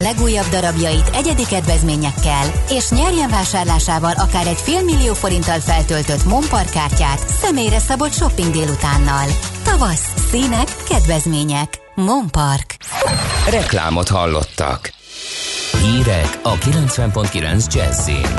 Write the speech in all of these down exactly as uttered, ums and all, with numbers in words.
legújabb darabjait egyedi kedvezményekkel, és nyerjen vásárlásával akár egy félmillió forinttal feltöltött Monpark kártyát személyre szabott shopping délutánnal. Tavasz, színek, kedvezmények. Monpark. Reklámot hallottak. Hírek a kilencven pont kilenc Jazzin.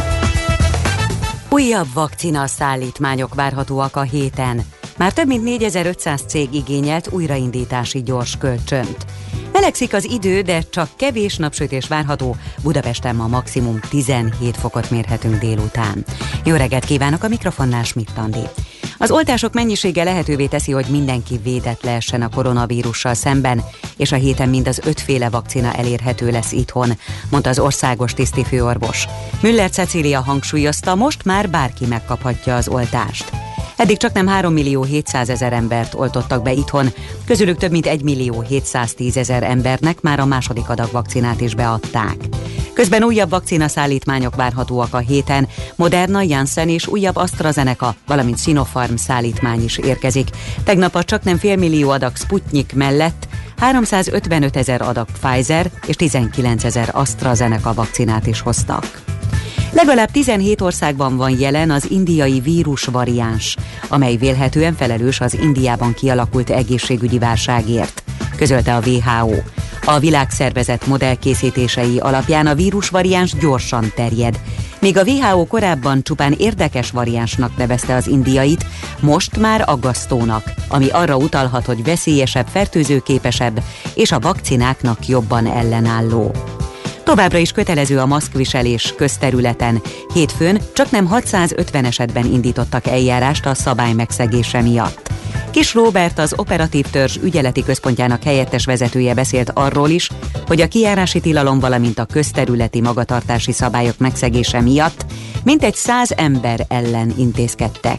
Újabb vakcina szállítmányok várhatóak a héten. Már több mint négyezer-ötszáz cég igényelt újraindítási gyors kölcsönt. Melegszik az idő, de csak kevés napsütés várható. Budapesten ma maximum tizenhét fokot mérhetünk délután. Jó reggelt kívánok, a mikrofonnál Schmidt Andi. Az oltások mennyisége lehetővé teszi, hogy mindenki védett lehessen a koronavírussal szemben, és a héten mind az ötféle vakcina elérhető lesz itthon, mondta az országos tisztifőorvos. Müller Cecília hangsúlyozta, most már bárki megkaphatja az oltást. Eddig csaknem három millió hétszázezer embert oltottak be itthon, közülük több mint egy millió hétszáztízezer embernek már a második adag vakcinát is beadták. Közben újabb vakcinaszállítmányok várhatóak a héten, Moderna, Janssen és újabb AstraZeneca, valamint Sinopharm szállítmány is érkezik. Tegnap a csaknem félmillió adag Sputnik mellett háromszázötvenötezer adag Pfizer és tizenkilencezer AstraZeneca vakcinát is hoztak. Legalább tizenhét országban van jelen az indiai vírusvariáns, amely vélhetően felelős az Indiában kialakult egészségügyi válságért, közölte a dupla vé há ó. A világszervezet modellkészítései alapján a vírusvariáns gyorsan terjed. Míg a dupla vé há ó korábban csupán érdekes variánsnak nevezte az indiait, most már aggasztónak, ami arra utalhat, hogy veszélyesebb, fertőzőképesebb és a vakcináknak jobban ellenálló. Továbbra is kötelező a maszkviselés közterületen. Hétfőn csaknem hatszázötven esetben indítottak eljárást a szabály megszegése miatt. Kis Róbert, az operatív törzs ügyeleti központjának helyettes vezetője beszélt arról is, hogy a kijárási tilalom, valamint a közterületi magatartási szabályok megszegése miatt mintegy száz ember ellen intézkedtek.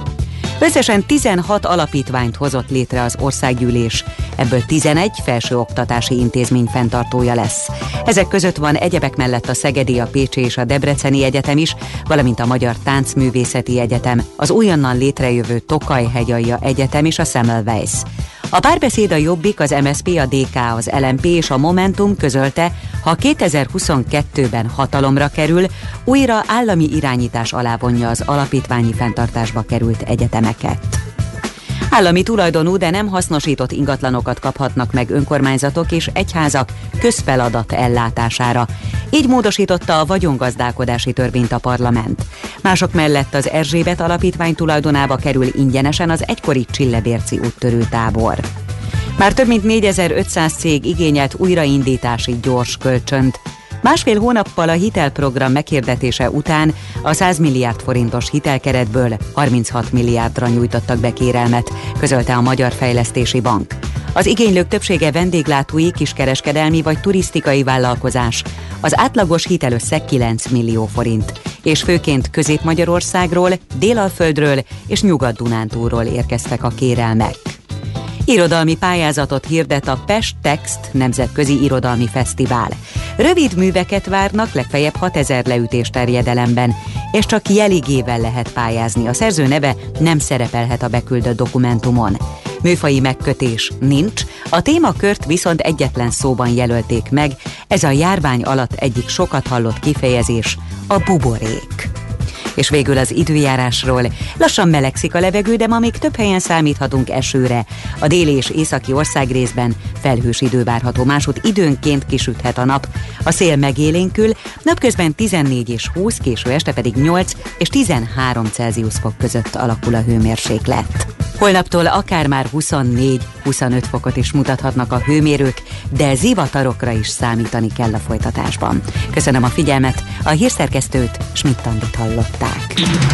Összesen tizenhat alapítványt hozott létre az országgyűlés, ebből tizenegy felsőoktatási intézmény fenntartója lesz. Ezek között van egyebek mellett a Szegedi, a Pécsi és a Debreceni Egyetem is, valamint a Magyar Táncművészeti Egyetem, az újonnan létrejövő Tokaj-hegyalja Egyetem és a Semmelweis. A Párbeszéd, a Jobbik, az em es zé pé, a dé ká, az el em pé és a Momentum közölte, ha kétezer-huszonkettőben hatalomra kerül, újra állami irányítás alá vonja az alapítványi fenntartásba került egyetemeket. Állami tulajdonú, de nem hasznosított ingatlanokat kaphatnak meg önkormányzatok és egyházak közfeladat ellátására. Így módosította a vagyongazdálkodási törvényt a parlament. Mások mellett az Erzsébet alapítvány tulajdonába kerül ingyenesen az egykori Csillebérci úttörő tábor. Már több mint négyezer-ötszáz cég igényelt újraindítási gyors kölcsönt. Másfél hónappal a hitelprogram meghirdetése után a száz milliárd forintos hitelkeretből harminchat milliárdra nyújtottak be kérelmet, közölte a Magyar Fejlesztési Bank. Az igénylők többsége vendéglátói, kiskereskedelmi vagy turisztikai vállalkozás. Az átlagos hitelösszeg kilenc millió forint, és főként Közép-Magyarországról, Délalföldről és Nyugat-Dunántúlról érkeztek a kérelmek. Irodalmi pályázatot hirdet a Pest Text Nemzetközi Irodalmi Fesztivál. Rövid műveket várnak, legfeljebb hatezer leütés terjedelemben, és csak jeligével lehet pályázni. A szerző neve nem szerepelhet a beküldött dokumentumon. Műfaji megkötés nincs, a témakört viszont egyetlen szóban jelölték meg, ez a járvány alatt egyik sokat hallott kifejezés, a buborék. És végül az időjárásról. Lassan melegszik a levegő, de ma még több helyen számíthatunk esőre. A déli és északi országrészben felhős idő várható, másút időnként kisüthet a nap. A szél megélénkül, napközben tizennégy és húsz, késő este pedig nyolc és tizenhárom Celsius fok között alakul a hőmérséklet. Holnaptól akár már huszonnégy-huszonöt fokot is mutathatnak a hőmérők, de zivatarokra is számítani kell a folytatásban. Köszönöm a figyelmet, a hírszerkesztőt, Schmidt Andit hallották.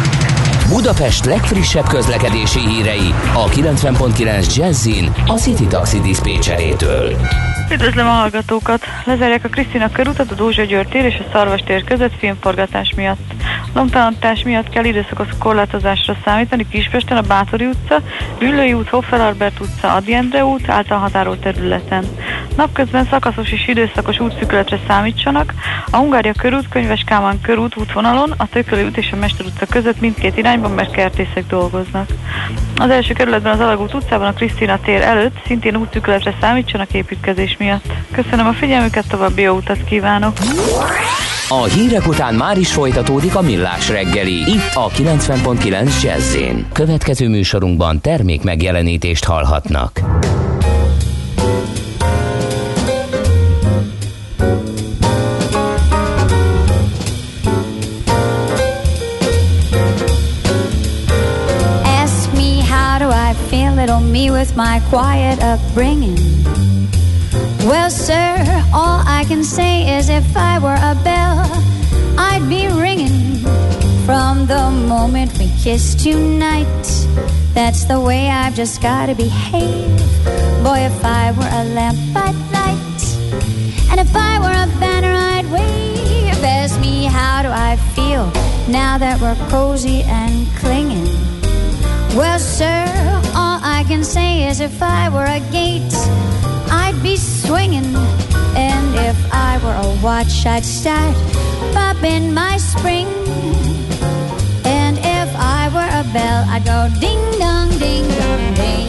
Budapest legfrissebb közlekedési hírei a kilencven pont kilenc Jazzin a City Taxi diszpécserétől. Üdvözlöm a hallgatókat! Lezárják a Krisztina körutat, a Dózsa György tér és a Szarvas tér között filmforgatás miatt. Lomtalanítás miatt kell időszakos korlátozásra számítani Kispesten, a Báthori utca, Üllői út, Hoffelarbert utca, Ady Endre út által határolt területen. Napközben szakaszos és időszakos útszűkületre számítsanak a Hungária körút, Könyves Kálmán körút útvonalon, a Tököli út és a Mester utca között mindkét irányban, mert kertészek dolgoznak. Az első kerületben az Alagút utcában a Krisztina tér előtt szintén útszűkületre számítsanak építkezés miatt. Köszönöm a figyelmüket, további jó utat kívánok! A hírek után már is folytatódik a Millás reggeli, itt a kilencven pont kilenc Jazz-én. Következő műsorunkban termék megjelenítést hallhatnak. Ask me how do I feel, little me with my quiet upbringing. Well, sir, all I can say is if I were a bell, I'd be ringing from the moment we kissed tonight. That's the way I've just gotta behave. Boy, if I were a lamp, I'd light. And if I were a banner, I'd wave. Ask me how do I feel now that we're cozy and clinging. Well, sir, all I can say is if I were a gate, I'd be swinging, and if I were a watch, I'd start popping my spring. And if I were a bell, I'd go ding dong, ding dong, ding.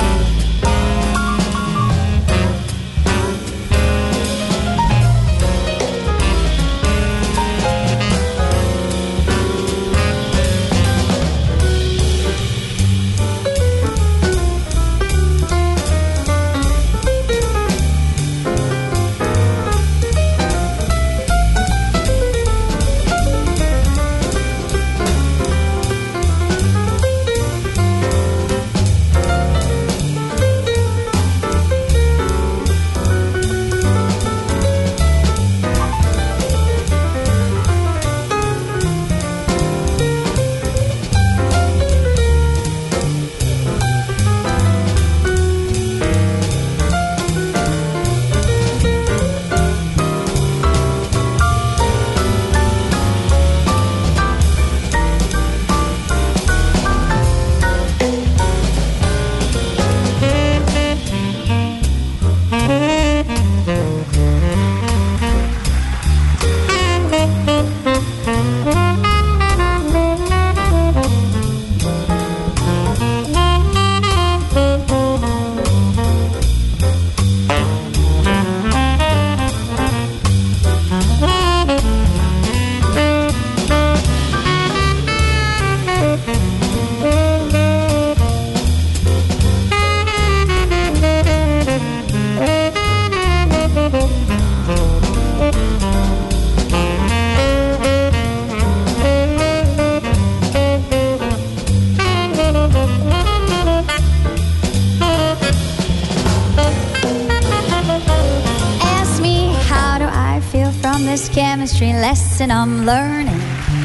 Chemistry lesson I'm learning.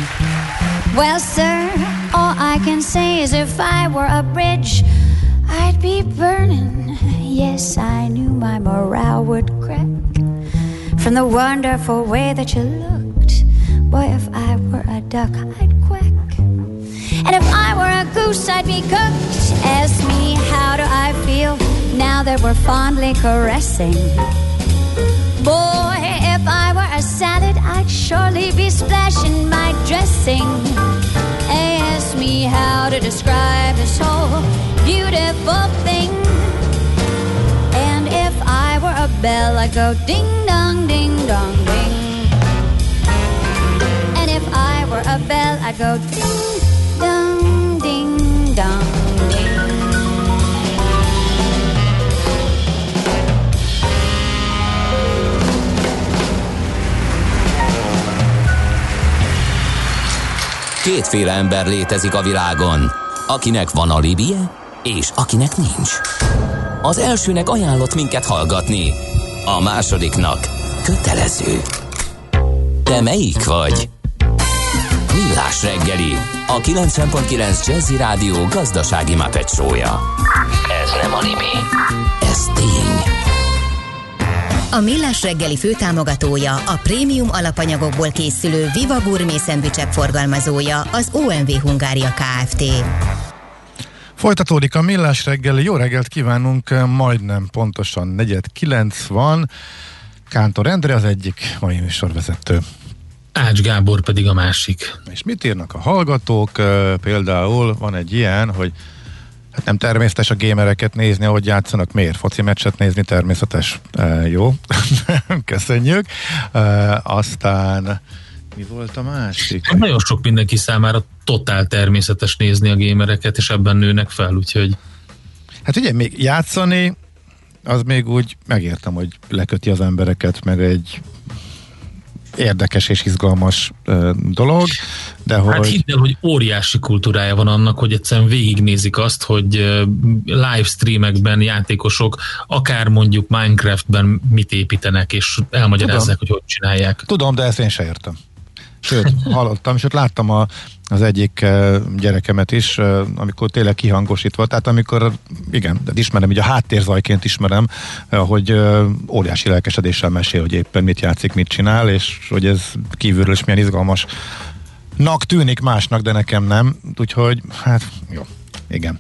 Well, sir, all I can say is if I were a bridge, I'd be burning. Yes, I knew my morale would crack from the wonderful way that you looked. Boy, if I were a duck, I'd quack. And if I were a goose, I'd be cooked. Ask me, how do I feel now that we're fondly caressing? Boy, if I were a salad, I'd surely be splashing my dressing. Ask me how to describe this whole beautiful thing. And if I were a bell, I'd go ding dong, ding dong, ding. And if I were a bell, I'd go ding dong, ding dong, ding. Kétféle ember létezik a világon, akinek van alibije, és akinek nincs. Az elsőnek ajánlott minket hallgatni, a másodiknak kötelező. Te melyik vagy? Millás reggeli, a kilencven pont kilenc Jazzy Rádió gazdasági Muppet show-ja. Ez nem anime, ez tény. A Millás reggeli főtámogatója, a prémium alapanyagokból készülő Viva Gourmet szendvicsek forgalmazója, az o em vé Hungária Kft. Folytatódik a Millás reggeli. Jó reggelt kívánunk, majdnem pontosan negyed kilenc van. Kántor Endre az egyik mai műsorvezető. Ács Gábor pedig a másik. És mit írnak a hallgatók? Például van egy ilyen, hogy hát nem természetes a gémereket nézni, ahogy játszanak. Miért? Foci meccset nézni természetes. E, jó, köszönjük. E, aztán mi volt a másik? Hát nagyon sok mindenki számára totál természetes nézni a gémereket, és ebben nőnek fel, úgyhogy... Hát ugye még játszani, az még úgy megértem, hogy leköti az embereket, meg egy érdekes és izgalmas uh, dolog, de hogy... Hát hidd el, hogy óriási kultúrája van annak, hogy egyszerűen végignézik azt, hogy uh, livestreamekben játékosok akár mondjuk Minecraftben mit építenek, és elmagyarázzák, hogy hogy csinálják. Tudom, de ezt én se értem. Sőt, hallottam, és ott láttam a, az egyik uh, gyerekemet is, uh, amikor tényleg kihangosítva, tehát amikor, igen, de ismerem, így a háttérzajként ismerem, uh, hogy uh, óriási lelkesedéssel mesél, hogy éppen mit játszik, mit csinál, és hogy ez kívülről is milyen izgalmasnak tűnik másnak, de nekem nem, úgyhogy, hát, jó, igen.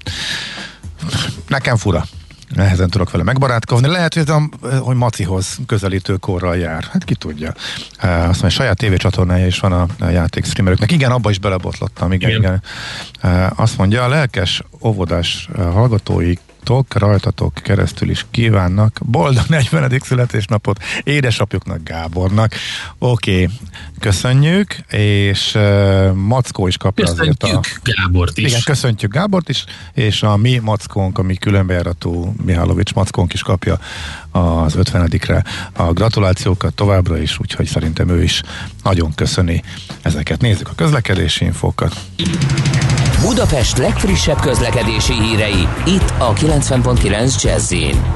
Nekem fura. Nehezen tudok vele megbarátkozni. Lehet, hogy, a, hogy Macihoz közelítő korral jár. Hát ki tudja. Azt mondja, saját tévécsatornája is van a, a játék streameröknek. Igen, abba is belebotlottam. Igen, igen. igen. Azt mondja, a lelkes óvodás hallgatóitok rajtatok keresztül is kívánnak boldog negyvenedik születésnapot édesapjuknak, Gábornak. Oké, okay, köszönjük, és uh, Mackó is kapja köszöntjük azért a... Gábort is. Igen, köszöntjük Gábort is, és a mi Mackónk, a mi különbejáratú Mihálovics Mackónk is kapja az ötvenedikre a gratulációkat továbbra is, úgyhogy szerintem ő is nagyon köszöni ezeket. Nézzük a közlekedési infókat. Budapest legfrissebb közlekedési hírei, itt a kilencven pont kilenc Jazz-in.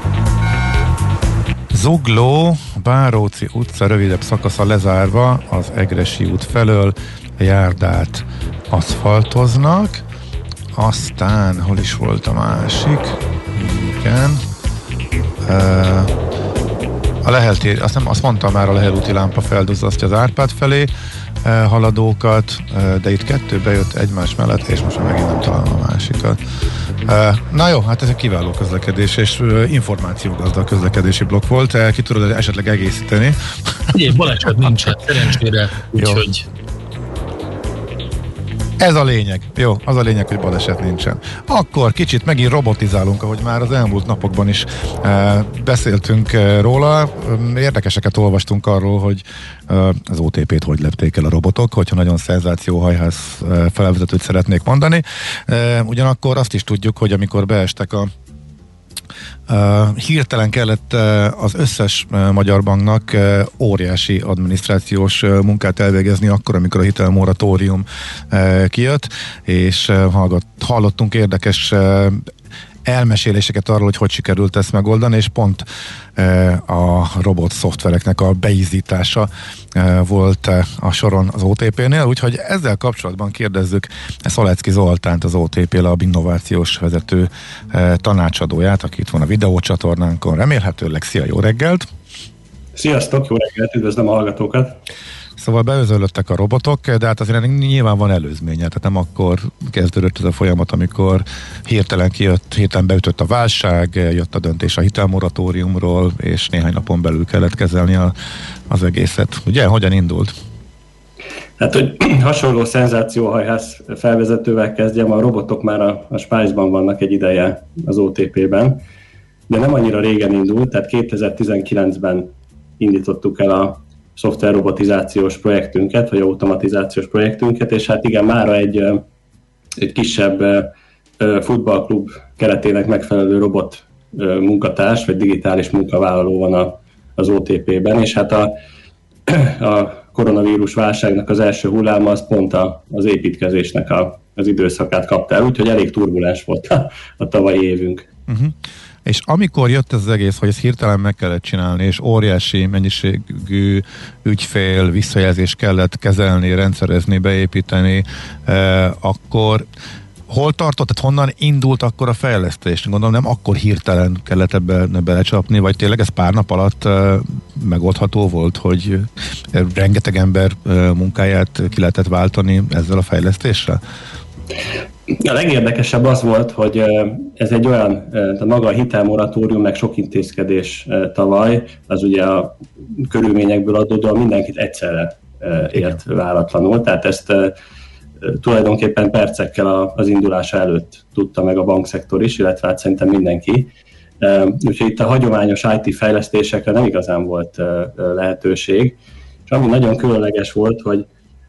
Zugló, Báróci utca rövidebb szakasza lezárva az Egressy út felől, a járdát aszfaltoznak, aztán hol is volt a másik? Igen. A Lehel tér, azt, nem, azt mondtam már, a Lehel úti lámpa felduzzasztja az Árpád felé haladókat, de itt kettő bejött egymás mellett, és most már megint nem találom a másikat. Na jó, hát ez egy kiváló közlekedés, és információgazdag közlekedési blokk volt. Ki tudod esetleg egészíteni? Ugye, baleset nincsen, szerencsére, úgyhogy... Ez a lényeg. Jó, az a lényeg, hogy baleset nincsen. Akkor kicsit megint robotizálunk, ahogy már az elmúlt napokban is e, beszéltünk e, róla. Érdekeseket olvastunk arról, hogy e, az o té pét hogy lepték el a robotok, hogyha nagyon szenzációhajház e, felvezetőt szeretnék mondani. E, ugyanakkor azt is tudjuk, hogy amikor beestek a Uh, hirtelen kellett uh, az összes uh, magyar banknak uh, óriási adminisztrációs uh, munkát elvégezni akkor, amikor a hitelmoratórium uh, kijött, és uh, hallgat, hallottunk érdekes uh, elmeséléseket arról, hogy hogy sikerült ezt megoldani, és pont e, a robot szoftvereknek a beízítása e, volt e, a soron az o té pénél, úgyhogy ezzel kapcsolatban kérdezzük Szalecki Zoltánt, az o té pé Lab innovációs vezető e, tanácsadóját, aki itt van a videócsatornánkon, remélhetőleg. Szia, jó reggelt! Sziasztok, jó reggelt, üdvözlöm a hallgatókat! Szóval beözöllöttek a robotok, de hát azért nyilván van előzménye, tehát nem akkor kezdődött ez a folyamat, amikor hirtelen kijött, hirtelen beütött a válság, jött a döntés a hitelmoratóriumról, és néhány napon belül kellett kezelni a, az egészet. Ugye, hogyan indult? Hát, hogy hasonló szenzációhajház felvezetővel kezdjem, a robotok már a, a Spice-ban vannak egy ideje az o té pében, de nem annyira régen indult, tehát kétezer-tizenkilencben indítottuk el a szoftverrobotizációs projektünket, vagy automatizációs projektünket, és hát igen, mára egy, egy kisebb futballklub keretének megfelelő robot munkatárs, vagy digitális munkavállaló van a, az o té pében, és hát a, a koronavírus válságnak az első hulláma az pont a, az építkezésnek a, az időszakát kapta el, úgyhogy elég turbulens volt a, a tavalyi évünk. Uh-huh. És amikor jött ez az egész, hogy ezt hirtelen meg kellett csinálni, és óriási mennyiségű ügyfél visszajelzést kellett kezelni, rendszerezni, beépíteni, eh, akkor hol tartott, tehát honnan indult akkor a fejlesztés? Gondolom nem akkor hirtelen kellett ebbe belecsapni, vagy tényleg ez pár nap alatt uh, megoldható volt, hogy uh, rengeteg ember uh, munkáját ki lehetett váltani ezzel a fejlesztéssel? A legérdekesebb az volt, hogy ez egy olyan, a maga a hitelmoratórium, meg sok intézkedés tavaly, az ugye a körülményekből adódóan mindenkit egyszerre ért váratlanul, tehát ezt tulajdonképpen percekkel az indulása előtt tudta meg a bankszektor is, illetve hát szerintem mindenki. Úgyhogy itt a hagyományos i té fejlesztésekre nem igazán volt lehetőség, és ami nagyon különleges volt, hogy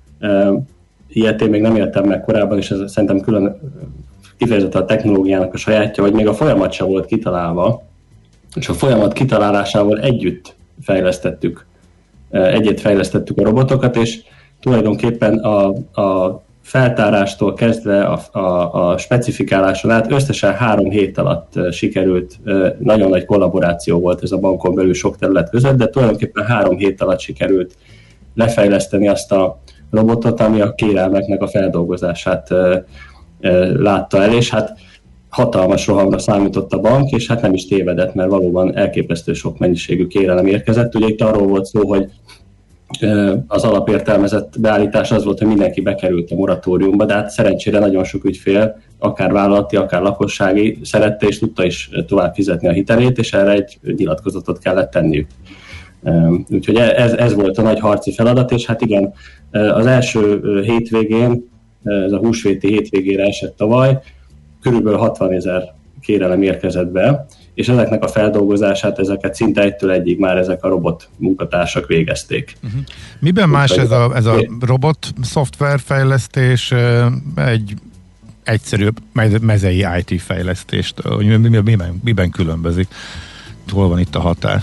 ilyet én még nem éltem meg korábban, és ez szerintem külön kifejezetten a technológiának a sajátja, hogy még a folyamat sem volt kitalálva, és a folyamat kitalálásával együtt fejlesztettük, együtt fejlesztettük a robotokat, és tulajdonképpen a, a feltárástól kezdve a, a, a specifikáláson át összesen három hét alatt sikerült, nagyon nagy kollaboráció volt ez a bankon belül sok terület között, de tulajdonképpen három hét alatt sikerült lefejleszteni azt a robotot, ami a kérelmeknek a feldolgozását e, e, látta el, és hát hatalmas rohamra számított a bank, és hát nem is tévedett, mert valóban elképesztő sok mennyiségű kérelem érkezett. Ugye itt arról volt szó, hogy e, az alapértelmezett beállítás az volt, hogy mindenki bekerült a moratóriumba, de hát szerencsére nagyon sok ügyfél, akár vállalati, akár lakossági szerette, és tudta is tovább fizetni a hitelét, és erre egy nyilatkozatot kellett tenniük. Úgyhogy ez, ez volt a nagy harci feladat, és hát igen, az első hétvégén, ez a húsvéti hétvégére esett tavaly, körülbelül hatvanezer kérelem érkezett be, és ezeknek a feldolgozását, ezeket szinte egytől egyig már ezek a robot munkatársak végezték. Uh-huh. Miben Úgy más ez a, ez a robot szoftverfejlesztés egy egyszerűbb mezei i té fejlesztést? Miben, miben különbözik? Hol van itt a határ?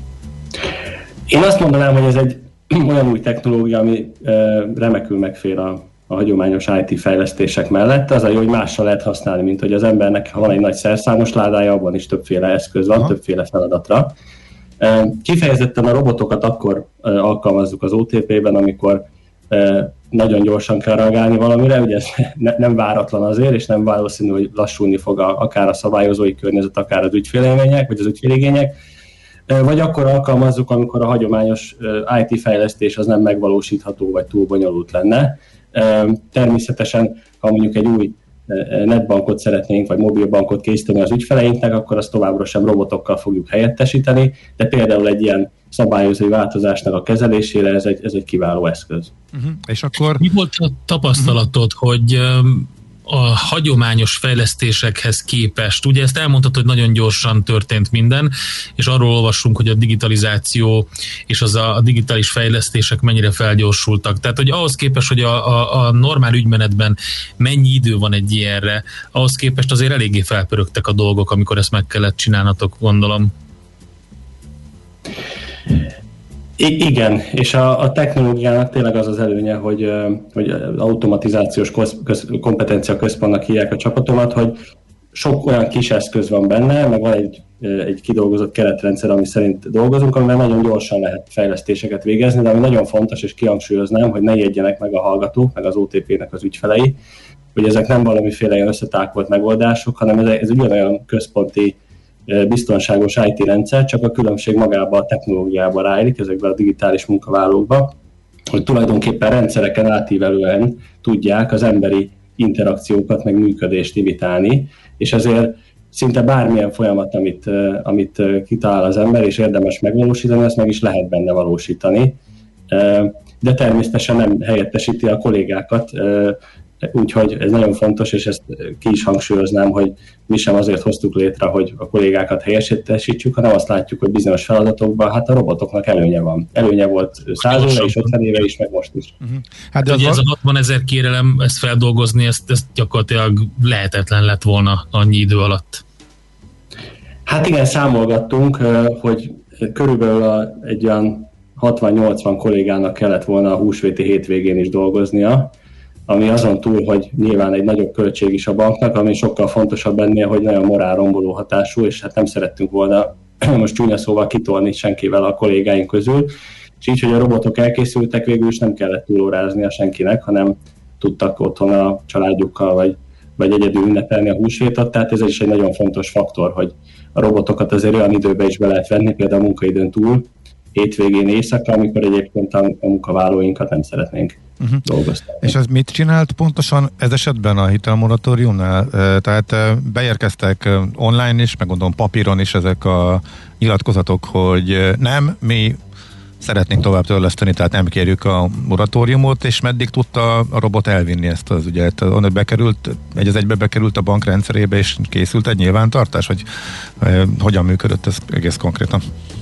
Én azt mondanám, hogy ez egy olyan új technológia, ami remekül megfér a, a hagyományos i té fejlesztések mellett. Az a jó, hogy mással lehet használni, mint hogy az embernek, ha van egy nagy szerszámos ládája, abban is többféle eszköz van, Aha. többféle feladatra. Kifejezetten a robotokat akkor alkalmazzuk az o té pé-ben, amikor nagyon gyorsan kell reagálni valamire, ugye ez nem váratlan azért, és nem valószínű, hogy lassulni fog a, akár a szabályozói környezet, akár az ügyfélélmények, vagy az ügyféligények, vagy akkor alkalmazzuk, amikor a hagyományos i té fejlesztés az nem megvalósítható, vagy túl bonyolult lenne. Természetesen, ha mondjuk egy új netbankot szeretnénk, vagy mobilbankot készíteni az ügyfeleinknek, akkor azt továbbra sem robotokkal fogjuk helyettesíteni, de például egy ilyen szabályozói változásnak a kezelésére ez egy, ez egy kiváló eszköz. Uh-huh. És akkor... Mi volt a tapasztalatod, uh-huh. hogy a hagyományos fejlesztésekhez képest, ugye ezt elmondtad, hogy nagyon gyorsan történt minden, és arról olvassunk, hogy a digitalizáció és az a, a digitális fejlesztések mennyire felgyorsultak. Tehát, hogy ahhoz képest, hogy a, a, a normál ügymenetben mennyi idő van egy ilyenre, ahhoz képest azért eléggé felpörögtek a dolgok, amikor ezt meg kellett csinálnatok, gondolom. I- igen, és a, a technológiának tényleg az az előnye, hogy, hogy automatizációs köz, köz, kompetencia központnak hívják a csapatomat, hogy sok olyan kis eszköz van benne, meg van egy, egy kidolgozott keretrendszer, ami szerint dolgozunk, amivel nagyon gyorsan lehet fejlesztéseket végezni, de ami nagyon fontos, és kihangsúlyoznám, hogy ne jegyenek meg a hallgatók, meg az o té pé-nek az ügyfelei, hogy ezek nem valamiféle ilyen összetákolt megoldások, hanem ez, ez ugyanolyan központi biztonságos i té rendszer, csak a különbség magában a technológiában rájlik, ezekben a digitális munkavállalókban, hogy tulajdonképpen rendszereken átívelően tudják az emberi interakciókat, meg működést imitálni, és ezért szinte bármilyen folyamat, amit, amit kitalál az ember, és érdemes megvalósítani, azt meg is lehet benne valósítani, de természetesen nem helyettesíti a kollégákat, úgyhogy ez nagyon fontos, és ezt ki is hangsúlyoznám, hogy mi sem azért hoztuk létre, hogy a kollégákat helyettesítsük, hanem azt látjuk, hogy bizonyos feladatokban hát a robotoknak előnye van. Előnye volt száz éve és ötven éve is, meg most is. Uh-huh. Hát de ugye ez a hatvanezer kérelem, ezt feldolgozni, ezt, ezt gyakorlatilag lehetetlen lett volna annyi idő alatt. Hát igen, számolgattunk, hogy körülbelül egy olyan hatvan-nyolcvan kollégának kellett volna a húsvéti hétvégén is dolgoznia, ami azon túl, hogy nyilván egy nagyobb költség is a banknak, ami sokkal fontosabb ennél, hogy nagyon morálromboló hatású, és hát nem szerettünk volna most csúnya szóval kitolni senkivel a kollégáink közül, és így, hogy a robotok elkészültek, végül is nem kellett túlóráznia senkinek, hanem tudtak otthon a családjukkal, vagy, vagy egyedül ünnepelni a húsvétot, tehát ez is egy nagyon fontos faktor, hogy a robotokat azért olyan időbe is be lehet venni, például a munkaidőn túl, hétvégén, éjszaka, amikor egyébként a munkavállalóinkat nem szeretnénk uh-huh. dolgozni. És ez mit csinált pontosan ez esetben a hitelmoratóriumnál? Tehát beérkeztek online is, meg gondolom papíron is ezek a nyilatkozatok, hogy nem, mi szeretnénk tovább törleszteni, tehát nem kérjük a moratóriumot, és meddig tudta a robot elvinni ezt az ügyet? Onnan bekerült, egy az egybe bekerült a bank rendszerébe, és készült egy nyilvántartás, hogy eh, hogyan működött ez egész konkrétan?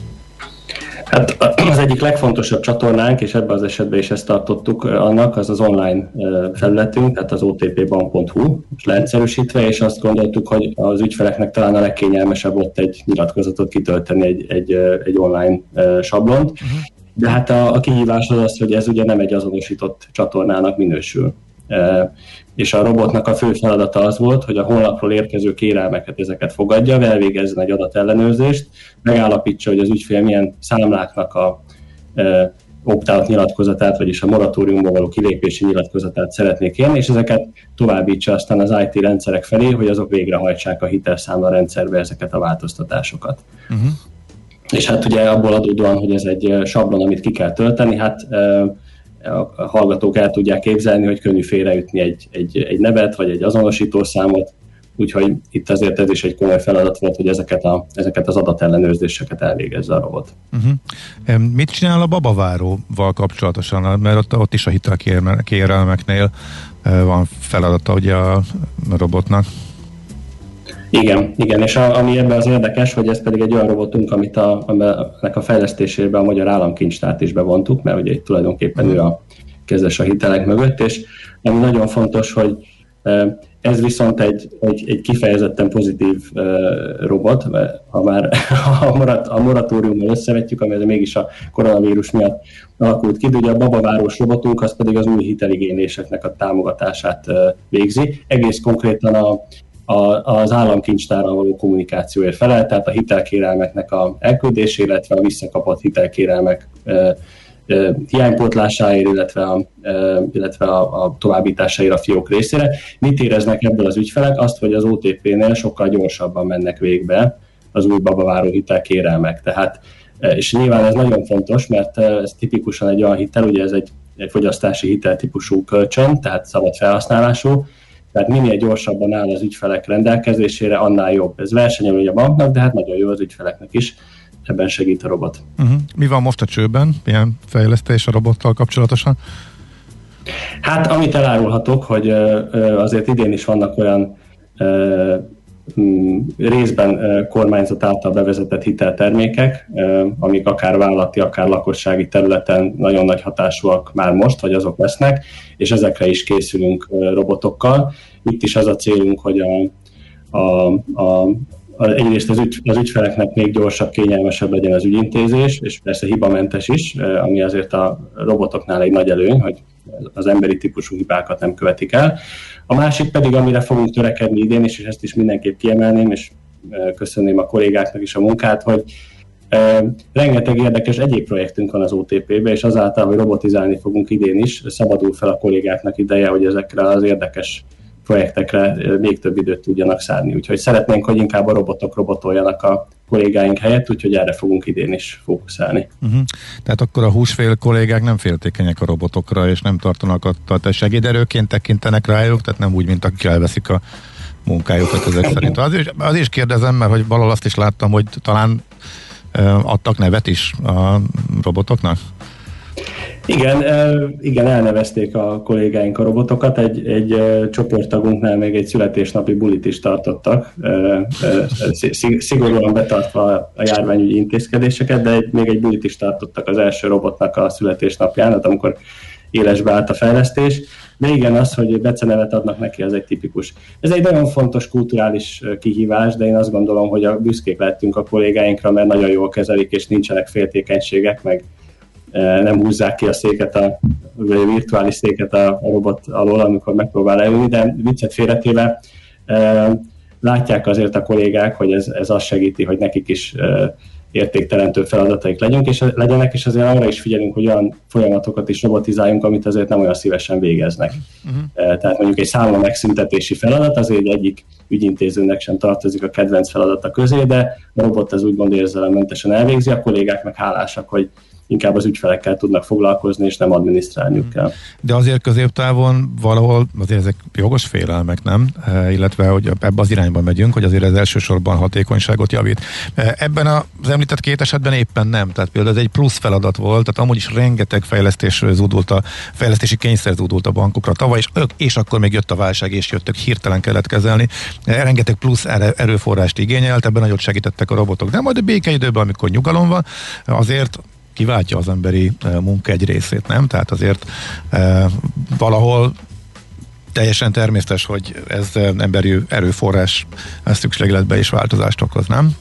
Hát az egyik legfontosabb csatornánk, és ebben az esetben is ezt tartottuk annak, az az online felületünk, tehát az o t p bank pont h u, és leegyszerűsítve, és azt gondoltuk, hogy az ügyfeleknek talán a legkényelmesebb ott egy nyilatkozatot kitölteni, egy, egy, egy online sablont. Uh-huh. De hát a, a kihívás az az, hogy ez ugye nem egy azonosított csatornának minősül. E, és a robotnak a fő feladata az volt, hogy a honlapról érkező kérelmeket, ezeket fogadja, elvégezzen egy adatellenőrzést, megállapítsa, hogy az ügyfél milyen számláknak a e, opt-out nyilatkozatát, vagyis a moratóriumból való kilépési nyilatkozatát szeretnék kérni, és ezeket továbbítsa aztán az i té rendszerek felé, hogy azok végrehajtsák a hitelszámla rendszerbe ezeket a változtatásokat. Uh-huh. És hát ugye abból adódóan, hogy ez egy sablon, amit ki kell tölteni, hát a hallgatók el tudják képzelni, hogy könnyű félreütni egy, egy, egy nevet, vagy egy azonosítószámot, úgyhogy itt azért ez is egy komoly feladat volt, hogy ezeket, a, ezeket az adatellenőrzéseket elvégezze a robot. Uh-huh. Mit csinál a babaváróval kapcsolatosan? Mert ott, ott is a hitelkérelmeknél van feladata ugye a robotnak. Igen, igen, és a, ami ebben az érdekes, hogy ez pedig egy olyan robotunk, amit a, aminek a fejlesztésében a Magyar Államkincstárt is bevontuk, mert ugye itt tulajdonképpen ő a kezes a hitelek mögött, és ami nagyon fontos, hogy ez viszont egy, egy, egy kifejezetten pozitív robot, ha már a, morat, a moratóriummal összevetjük, ami mégis a koronavírus miatt alakult ki, de ugye a babavárós robotunk az pedig az új hiteligényléseknek a támogatását végzi. Egész konkrétan a az államkincstárral való kommunikációért felel, tehát a hitelkérelmeknek a elküldésé, illetve a visszakapott hitelkérelmek e, e, hiánypótlásáért, illetve, a, e, illetve a, a továbbításáért a fiók részére. Mit éreznek ebből az ügyfelek? Azt, hogy az o té pé-nél sokkal gyorsabban mennek végbe az új babaváró hitelkérelmek. Tehát, és nyilván ez nagyon fontos, mert ez tipikusan egy olyan hitel, ugye ez egy, egy fogyasztási hiteltípusú kölcsön, tehát szabad felhasználású, tehát minél gyorsabban áll az ügyfelek rendelkezésére, annál jobb. Ez versenyelőny a banknak, de hát nagyon jó az ügyfeleknek is. Ebben segít a robot. Uh-huh. Mi van most a csőben? Milyen fejlesztés a robottal kapcsolatosan? Hát, amit elárulhatok, hogy azért idén is vannak olyan részben kormányzat által bevezetett hiteltermékek, amik akár vállalati, akár lakossági területen nagyon nagy hatásúak már most, vagy azok lesznek, és ezekre is készülünk robotokkal. Itt is az a célunk, hogy a, a, a, a, egyrészt az, ügy, az ügyfeleknek még gyorsabb, kényelmesebb legyen az ügyintézés, és persze hibamentes is, ami azért a robotoknál egy nagy előny, hogy az emberi típusú hibákat nem követik el. A másik pedig, amire fogunk törekedni idén is, és ezt is mindenképp kiemelném, és köszönném a kollégáknak is a munkát, hogy rengeteg érdekes egyéb projektünk van az o té pé-be, és azáltal, hogy robotizálni fogunk idén is, szabadul fel a kollégáknak ideje, hogy ezekre az érdekes projektekre még több időt tudjanak szánni. Úgyhogy szeretnénk, hogy inkább a robotok robotoljanak a kollégáink helyett, úgyhogy erre fogunk idén is fókuszálni. Uh-huh. Tehát akkor a húsfél kollégák nem féltékenyek a robotokra, és nem tartanak attól, segéderőként tekintenek rájuk, tehát nem úgy, mint akik elveszik a munkájukat ezek szerint. Az is, az is kérdezem, mert hogy valahol azt is láttam, hogy talán uh, adtak nevet is a robotoknak? Igen, igen, elnevezték a kollégáink a robotokat, egy, egy csoporttagunknál még egy születésnapi bulit is tartottak, szigorúan betartva a járványügyi intézkedéseket, de egy, még egy bulit is tartottak az első robotnak a születésnapján, amikor élesbe állt a fejlesztés. De igen, az, hogy becenevet adnak neki, az egy tipikus. Ez egy nagyon fontos kulturális kihívás, de én azt gondolom, hogy a büszkék lettünk a kollégáinkra, mert nagyon jól kezelik, és nincsenek féltékenységek, meg nem húzzák ki a széket, a, vagy a virtuális széket a, a robot alól, amikor megpróbál leülni, de viccet félretéve e, látják azért a kollégák, hogy ez, ez azt segíti, hogy nekik is e, értékteremtő feladataik legyünk, és legyenek, és azért arra is figyelünk, hogy olyan folyamatokat is robotizáljunk, amit azért nem olyan szívesen végeznek. Uh-huh. Tehát mondjuk egy számla megszüntetési feladat azért egyik ügyintézőnek sem tartozik a kedvenc feladata közé, de a robot az úgymond érzelemmentesen elvégzi, a kollégák meg hálásak, hogy inkább az ügyfelekkel tudnak foglalkozni, és nem adminisztrálniuk kell. De azért középtávon valahol azért ezek jogos félelmek, nem? E, illetve, hogy ebbe az irányba megyünk, hogy azért ez elsősorban hatékonyságot javít. E, ebben az említett két esetben éppen nem. Tehát például ez egy plusz feladat volt, tehát amúgy is rengeteg fejlesztés zúdult a, fejlesztési kényszer zúdult a bankokra tavaly, és, és akkor még jött a válság, és jöttök, hirtelen kellett kezelni. E, rengeteg plusz erőforrást igényelt, ebben nagyot segítettek a robotok. De majd a békeidőben, amikor nyugalom van, azért kiváltja az emberi munka egy részét, nem? Tehát azért e, valahol teljesen természetes, hogy ez emberi erőforrás szükségletbe is változást okoz, nem?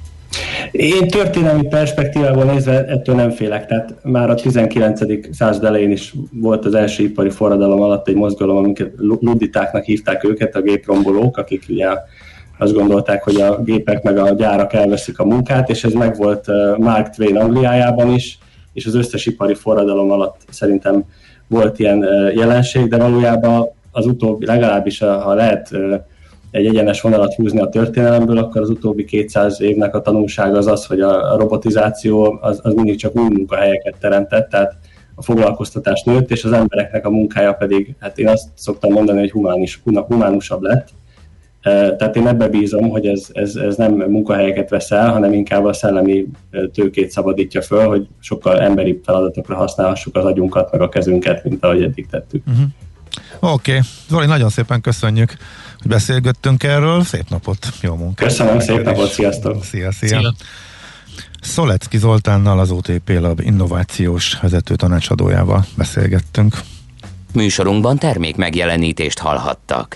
Én történelmi perspektívából nézve ettől nem félek, tehát már a tizenkilencedik század elején is volt az első ipari forradalom alatt egy mozgalom, amiket ludditáknak hívták őket, a géprombolók, akik ugye azt gondolták, hogy a gépek meg a gyárak elveszik a munkát, és ez megvolt Mark Twain Angliájában is, és az összes ipari forradalom alatt szerintem volt ilyen jelenség, de valójában az utóbbi, legalábbis ha lehet egy egyenes vonalat húzni a történelemből, akkor az utóbbi kétszáz évnek a tanulsága az az, hogy a robotizáció az, az mindig csak új munkahelyeket teremtett, tehát a foglalkoztatás nőtt, és az embereknek a munkája pedig, hát én azt szoktam mondani, hogy humánis, humánusabb lett. Tehát én ebbe bízom, hogy ez, ez, ez nem munkahelyeket vesz el, hanem inkább a szellemi tőkét szabadítja föl, hogy sokkal emberi feladatokra használhassuk az agyunkat, meg a kezünket, mint ahogy eddig tettük. Uh-huh. Oké, okay. Zoli, nagyon szépen köszönjük, hogy beszélgettünk erről. Szép napot, jó munkát! Köszönöm, szép napot, sziasztok! Szia, szia! szia. Szolecki Zoltánnal, az o té pé Lab innovációs vezető tanácsadójával beszélgettünk. Műsorunkban termék megjelenítést hallhattak.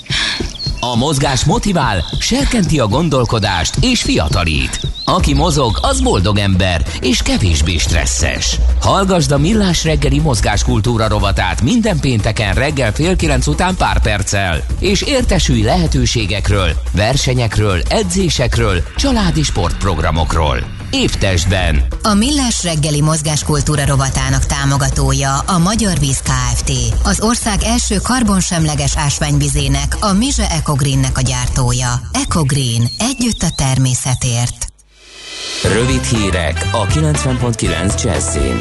A mozgás motivál, serkenti a gondolkodást és fiatalít. Aki mozog, az boldog ember és kevésbé stresszes. Hallgasd a Millás reggeli mozgáskultúra rovatát minden pénteken reggel fél kilenc után pár perccel, és értesülj lehetőségekről, versenyekről, edzésekről, családi sportprogramokról. Évtestben. A Millás reggeli mozgáskultúra rovatának támogatója a Magyar Víz Kft. Az ország első karbonsemleges ásványvizének, a Mize Ecogreennek a gyártója. Ecogreen. Együtt a természetért. Rövid hírek a kilencven pont kilenc Jazzin.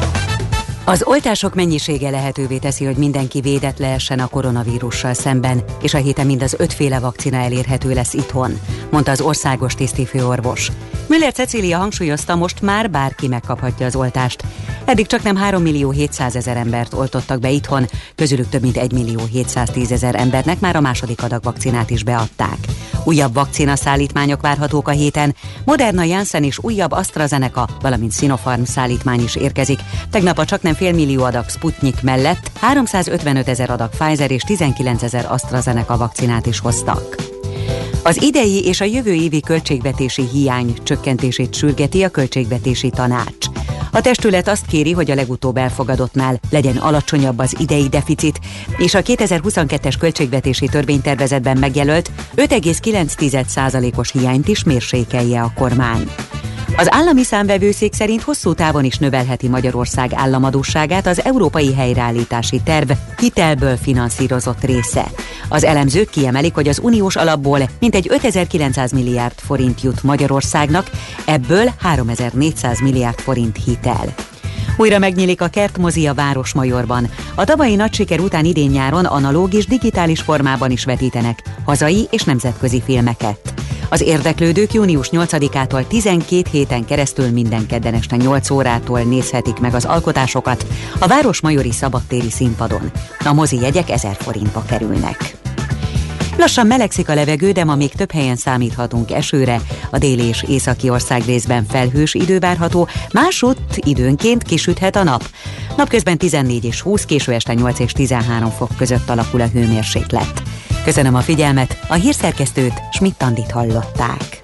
Az oltások mennyisége lehetővé teszi, hogy mindenki védett lehessen a koronavírussal szemben, és a héten mind az ötféle vakcina elérhető lesz itthon, mondta az országos tisztifőorvos. Müller Cecília hangsúlyozta, most már bárki megkaphatja az oltást. Eddig csaknem három millió hétszázezer embert oltottak be itthon, közülük több mint egy millió hétszáztízezer embernek már a második adag vakcinát is beadták. Újabb vakcinaszállítmányok várhatók a héten. Moderna, Janssen és újabb AstraZeneca, valamint Sinopharm szállítmány is érkezik. Tegnap a csaknem félmillió adag Sputnik mellett háromszázötvenöt ezer adag Pfizer és tizenkilenc ezer AstraZeneca vakcinát is hoztak. Az idei és a jövő évi költségvetési hiány csökkentését sürgeti a Költségvetési Tanács. A testület azt kéri, hogy a legutóbb elfogadottnál legyen alacsonyabb az idei deficit, és a kétezer-huszonkettes költségvetési törvénytervezetben megjelölt öt egész kilenc százalékos hiányt is mérsékelje a kormány. Az állami számvevőszék szerint hosszú távon is növelheti Magyarország államadósságát az európai helyreállítási terv hitelből finanszírozott része. Az elemzők kiemelik, hogy az uniós alapból mintegy ötezer-kilencszáz milliárd forint jut Magyarországnak, ebből háromezer-négyszáz milliárd forint hitel. Újra megnyílik a kertmozi a Városmajorban. A tavalyi nagy siker után idén nyáron analóg és digitális formában is vetítenek hazai és nemzetközi filmeket. Az érdeklődők június nyolcadikától tizenkét héten keresztül minden kedden este nyolc órától nézhetik meg az alkotásokat a Városmajori szabadtéri színpadon. A mozi jegyek ezer forintba kerülnek. Lassan melegszik a levegő, de ma még több helyen számíthatunk esőre. A déli és északi ország részben felhős idő várható, másutt időnként kisüthet a nap. Napközben tizennégy és húsz, késő este nyolc és tizenhárom fok között alakul a hőmérséklet. Köszönöm a figyelmet, a hírszerkesztőt, Schmidt-Andit hallották.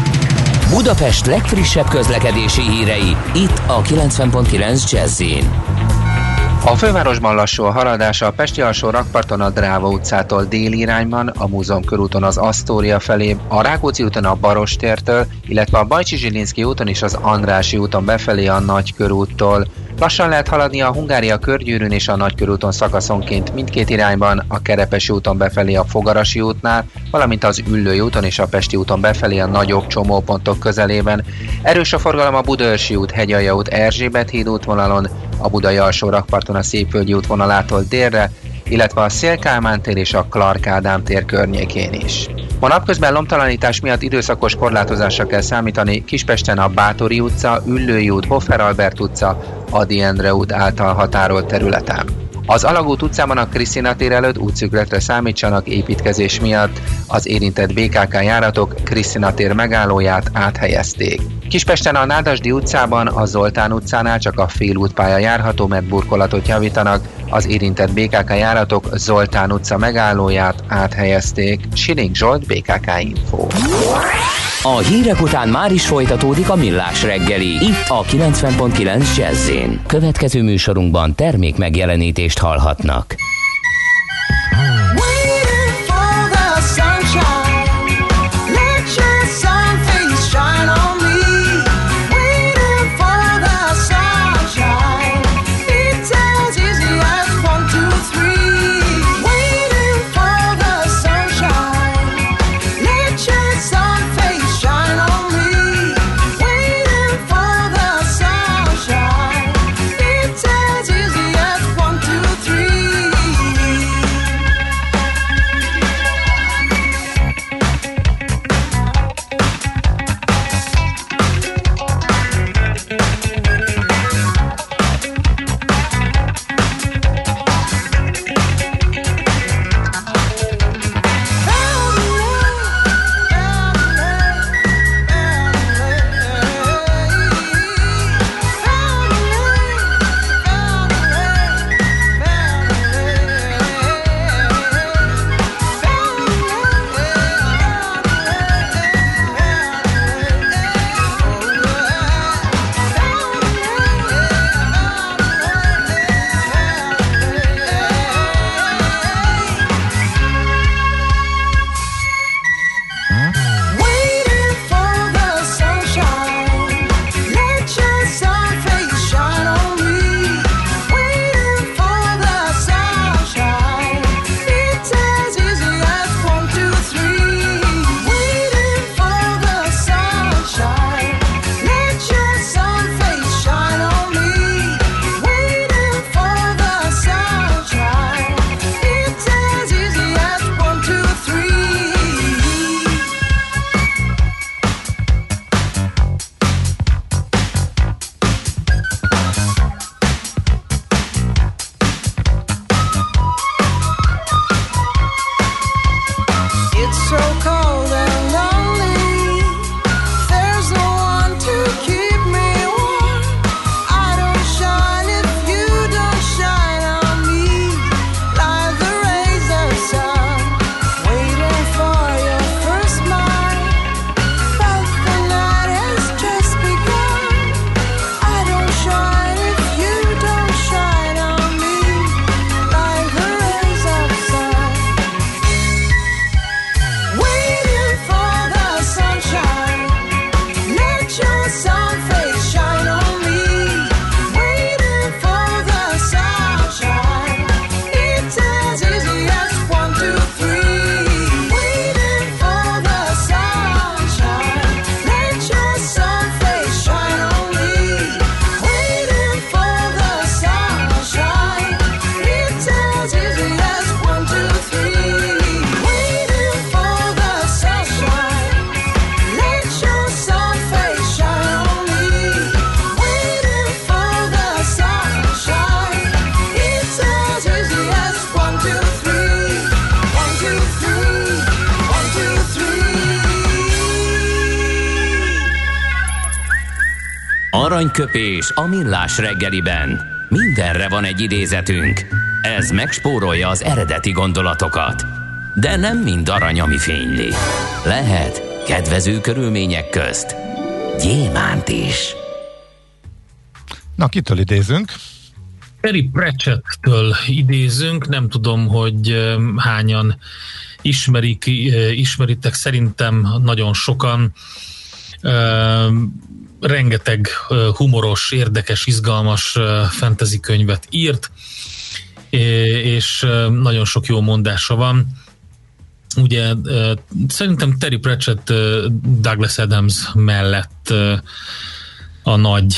Budapest legfrissebb közlekedési hírei, itt a kilencven pont kilenc Jazz-in. A fővárosban lassú a haladás a Pesti alsó rakparton a Dráva utcától déli irányban, a Múzeum körúton az Asztória felé, a Rákóczi úton a Barostértől, illetve a Bajcsi-Zsilinszky úton és az Andrássy úton befelé a Nagykörúttól. Lassan lehet haladni a Hungária körgyűrűn és a Nagykörúton szakaszonként mindkét irányban, a Kerepesi úton befelé a Fogarasi útnál, valamint az Üllői úton és a Pesti úton befelé a nagyobb csomópontok közelében. Erős a forgalom a Budaörsi út, Hegyalja út, Erzsébet híd útvonalon, a Budai alsó rakparton a Szépvölgyi útvonalától délre, illetve a Széll-Kálmán tér és a Clark Ádám tér környékén is. Ma napközben lomtalanítás miatt időszakos korlátozásra kell számítani Kispesten a Báthori utca, Üllői út, Hoffer Albert utca, Ady Endre út által határolt területen. Az Alagút utcában a Krisztina tér előtt útszűkületre számítsanak építkezés miatt. Az érintett bé ká ká járatok Krisztina tér megállóját áthelyezték. Kispesten a Nádasdy utcában, a Zoltán utcánál csak a félútpálya járható, mert burkolatot javítanak. Az érintett bé ká ká járatok Zoltán utca megállóját áthelyezték. Siling Zsolt, bé ká ká Info. A hírek után már is folytatódik a Millás reggeli, itt a kilencven pont kilenc Jazz-én. Következő műsorunkban termék megjelenítést hallhatnak. Aranyköpés a Millás reggeliben. Mindenre van egy idézetünk. Ez megspórolja az eredeti gondolatokat. De nem mind arany, ami fényli. Lehet kedvező körülmények közt gyémánt is. Na, kitől idézünk? Terry Pratchett-től idézünk, nem tudom, hogy hányan ismerik, ismeritek, szerintem nagyon sokan. Rengeteg humoros, érdekes, izgalmas fantasy könyvet írt, és nagyon sok jó mondása van. Ugye szerintem Terry Pratchett Douglas Adams mellett a nagy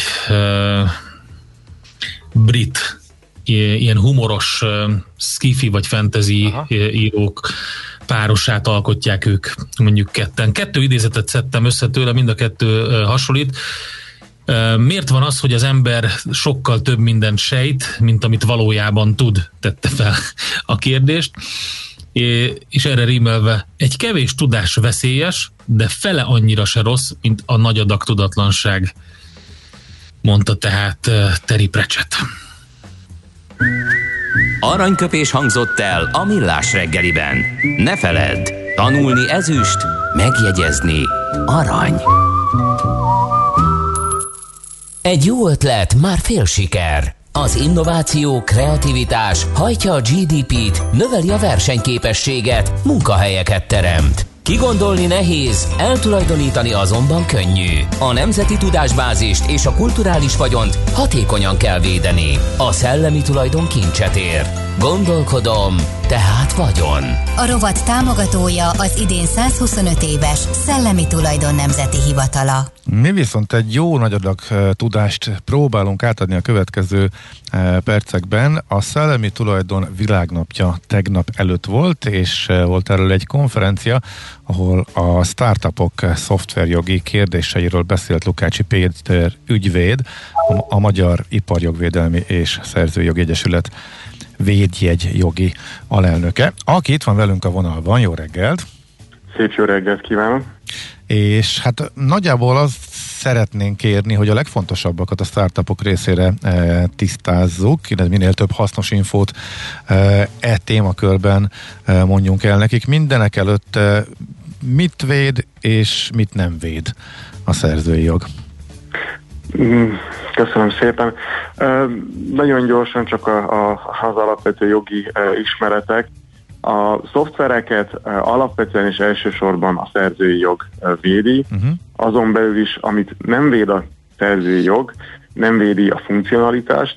brit ilyen humoros sci-fi vagy fantasy Aha. írók párosát alkotják ők, mondjuk ketten. Kettő idézetet szedtem össze tőle, mind a kettő hasonlít. Miért van az, hogy az ember sokkal több mindent sejt, mint amit valójában tud? Tette fel a kérdést. És erre rímelve, egy kevés tudás veszélyes, de fele annyira se rossz, mint a nagy adag tudatlanság, mondta tehát Terry Pratchett. Aranyköpés hangzott el a Millás reggeliben. Ne feledd, tanulni ezüst, megjegyezni arany. Egy jó ötlet már fél siker. Az innováció, kreativitás hajtja a gé dé pét, növeli a versenyképességet, munkahelyeket teremt. Kigondolni nehéz, eltulajdonítani azonban könnyű. A nemzeti tudásbázist és a kulturális vagyont hatékonyan kell védeni. A szellemi tulajdon kincset ér. Gondolkodom, tehát vagyon. A rovat támogatója az idén százhuszonöt éves Szellemi Tulajdon Nemzeti Hivatala. Mi viszont egy jó nagy adag uh, tudást próbálunk átadni a következő uh, percekben. A Szellemi Tulajdon Világnapja tegnap előtt volt, és uh, volt erről egy konferencia, ahol a startupok szoftverjogi kérdéseiről beszélt Lukácsi Péter ügyvéd, a, a Magyar Iparjogvédelmi és Szerzőjogi Egyesület védjegy jogi alelnöke, aki itt van velünk a vonalban. Jó reggelt! Szép jó reggelt kívánok! És hát nagyjából azt szeretnénk kérni, hogy a legfontosabbakat a startupok részére e, tisztázzuk, illetve minél több hasznos infót e, e témakörben e, mondjunk el nekik. Mindenek előtt e, mit véd és mit nem véd a szerzői jog? Köszönöm szépen. E, nagyon gyorsan csak a, a, az alapvető jogi e, ismeretek. A szoftvereket alapvetően és elsősorban a szerzői jog védi, uh-huh. azon belül is, amit nem véd a szerzői jog, nem védi a funkcionalitást,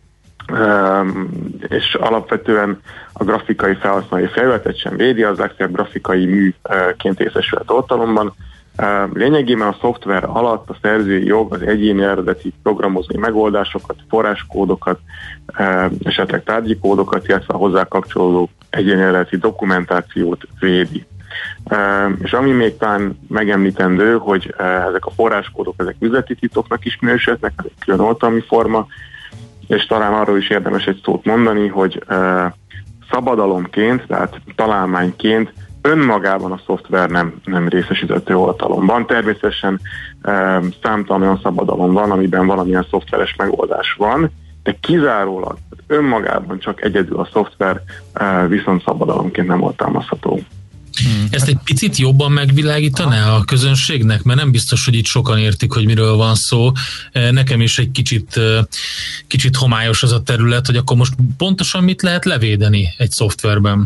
és alapvetően a grafikai felhasználói felületet sem védi, az legszebb grafikai műként részesülhet oltalomban. Lényegében a szoftver alatt a szerzői jog az egyéni eredeti programozói megoldásokat, forráskódokat, esetleg tárgyi kódokat, illetve a hozzá kapcsolódó egyéni eredeti dokumentációt védi. És ami még talán megemlítendő, hogy ezek a forráskódok, ezek üzleti titoknak is minősülhetnek, ez egy külön oltalmi forma, és talán arról is érdemes egy szót mondani, hogy szabadalomként, tehát találmányként önmagában a szoftver nem, nem részesíthető oltalomban. Természetesen e, számtalan olyan szabadalom van, amiben valamilyen szoftveres megoldás van, de kizárólag önmagában csak egyedül a szoftver e, viszont szabadalomként nem oltalmazható. Hmm. Ezt egy picit jobban megvilágítaná a közönségnek, mert nem biztos, hogy itt sokan értik, hogy miről van szó. Nekem is egy kicsit, kicsit homályos az a terület, hogy akkor most pontosan mit lehet levédeni egy szoftverben?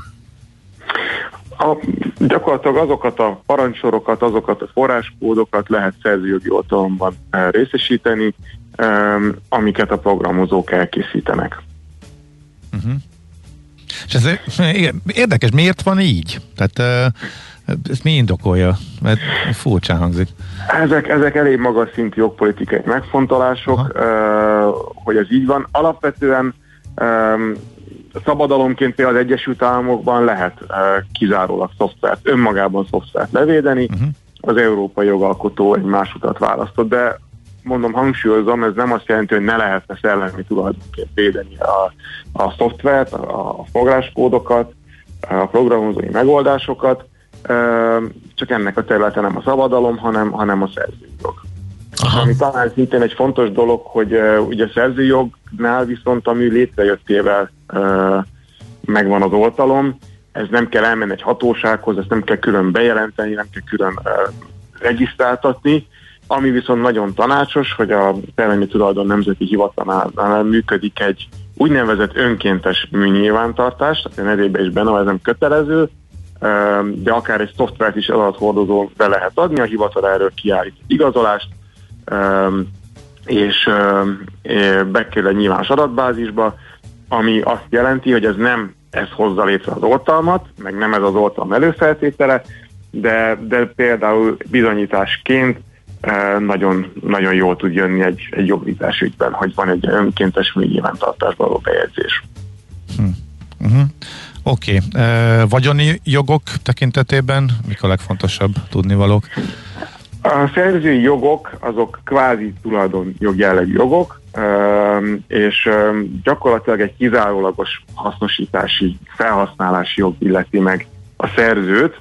A, gyakorlatilag azokat a parancsorokat, azokat a forráskódokat lehet szerzőjogi oltalomban e, részesíteni, e, amiket a programozók elkészítenek. Uh-huh. És ez érdekes, miért van így? Tehát e, ezt mi indokolja? Mert furcsán hangzik. Ezek, ezek elég magas szintű jogpolitikai megfontolások, e, hogy ez így van. Alapvetően e, szabadalomként például az Egyesült Államokban lehet uh, kizárólag szoftvert, önmagában szoftvert levédeni, uh-huh. az európai jogalkotó egy más utat választott, de mondom, hangsúlyozom, ez nem azt jelenti, hogy ne lehetne szellemi tulajdonként védeni a, a szoftvert, a, a forráskódokat, a programozói megoldásokat, uh, csak ennek a területe nem a szabadalom, hanem, hanem a szerzői jog. Aha. Ami talán szintén egy fontos dolog, hogy uh, ugye a szerzői jognál viszont a mű létrejöttével uh, megvan az oltalom, ez nem kell elmenni egy hatósághoz, ezt nem kell külön bejelenteni, nem kell külön uh, regisztráltatni, ami viszont nagyon tanácsos, hogy a Szellemi Tulajdon Nemzeti Hivatalnál működik egy úgynevezett önkéntes műnyilvántartás, tehát a nevében is benne van, ez nem kötelező, de akár egy szoftvert is adathordozó be lehet adni, a hivatal erről kiállít igazolást, és bekerül egy nyilvános adatbázisba, ami azt jelenti, hogy ez nem ez hozza létre az oltalmat, meg nem ez az oltalom előfeltétele, de, de például bizonyításként nagyon, nagyon jól tud jönni egy, egy jobbítás ügyben, hogy van egy önkéntes műnyilvántartásba való bejegyzés. Hm. Uh-huh. Oké. Okay. E, vagyoni jogok tekintetében mik a legfontosabb tudnivalók? A szerzői jogok azok kvázi tulajdonjog jellegű jogok, és gyakorlatilag egy kizárólagos hasznosítási, felhasználási jog illeti meg a szerzőt,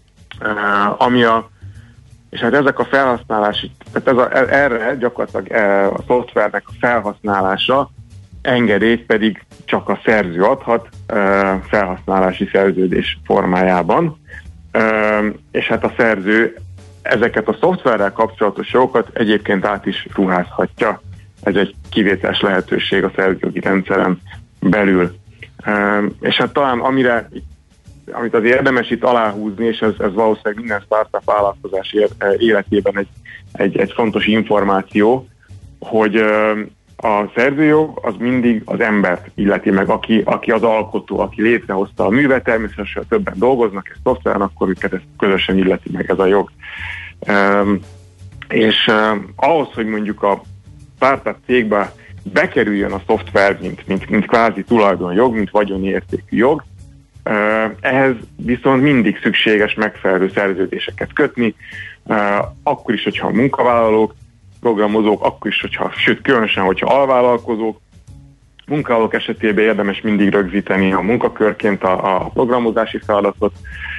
ami a, és hát ezek a felhasználási, tehát ez a, erre gyakorlatilag a szoftvernek a felhasználása, engedélyt pedig csak a szerző adhat felhasználási szerződés formájában, és hát a szerző ezeket a szoftverrel kapcsolatos jogokat egyébként át is ruházhatja. Ez egy kivételes lehetőség a szerzőjogi rendszeren belül. És hát talán amire, amit az érdemes itt aláhúzni, és ez, ez valószínűleg minden startup vállalkozás életében egy, egy, egy fontos információ, hogy a szerzőjog az mindig az embert illeti meg, aki, aki az alkotó, aki létrehozta a művet, természetesen többen dolgoznak egy szoftveren, akkor őket ezt közösen illeti meg ez a jog. Um, és um, ahhoz, hogy mondjuk a startup cégbe bekerüljön a szoftver, mint, mint, mint kvázi tulajdonjog, mint vagyoni értékű jog, uh, ehhez viszont mindig szükséges megfelelő szerződéseket kötni, uh, akkor is, hogyha a munkavállalók, programozók, akkor is, hogyha, sőt, különösen, hogyha alvállalkozók, munkavállalók esetében érdemes mindig rögzíteni a munkakörként a, a programozási feladatot,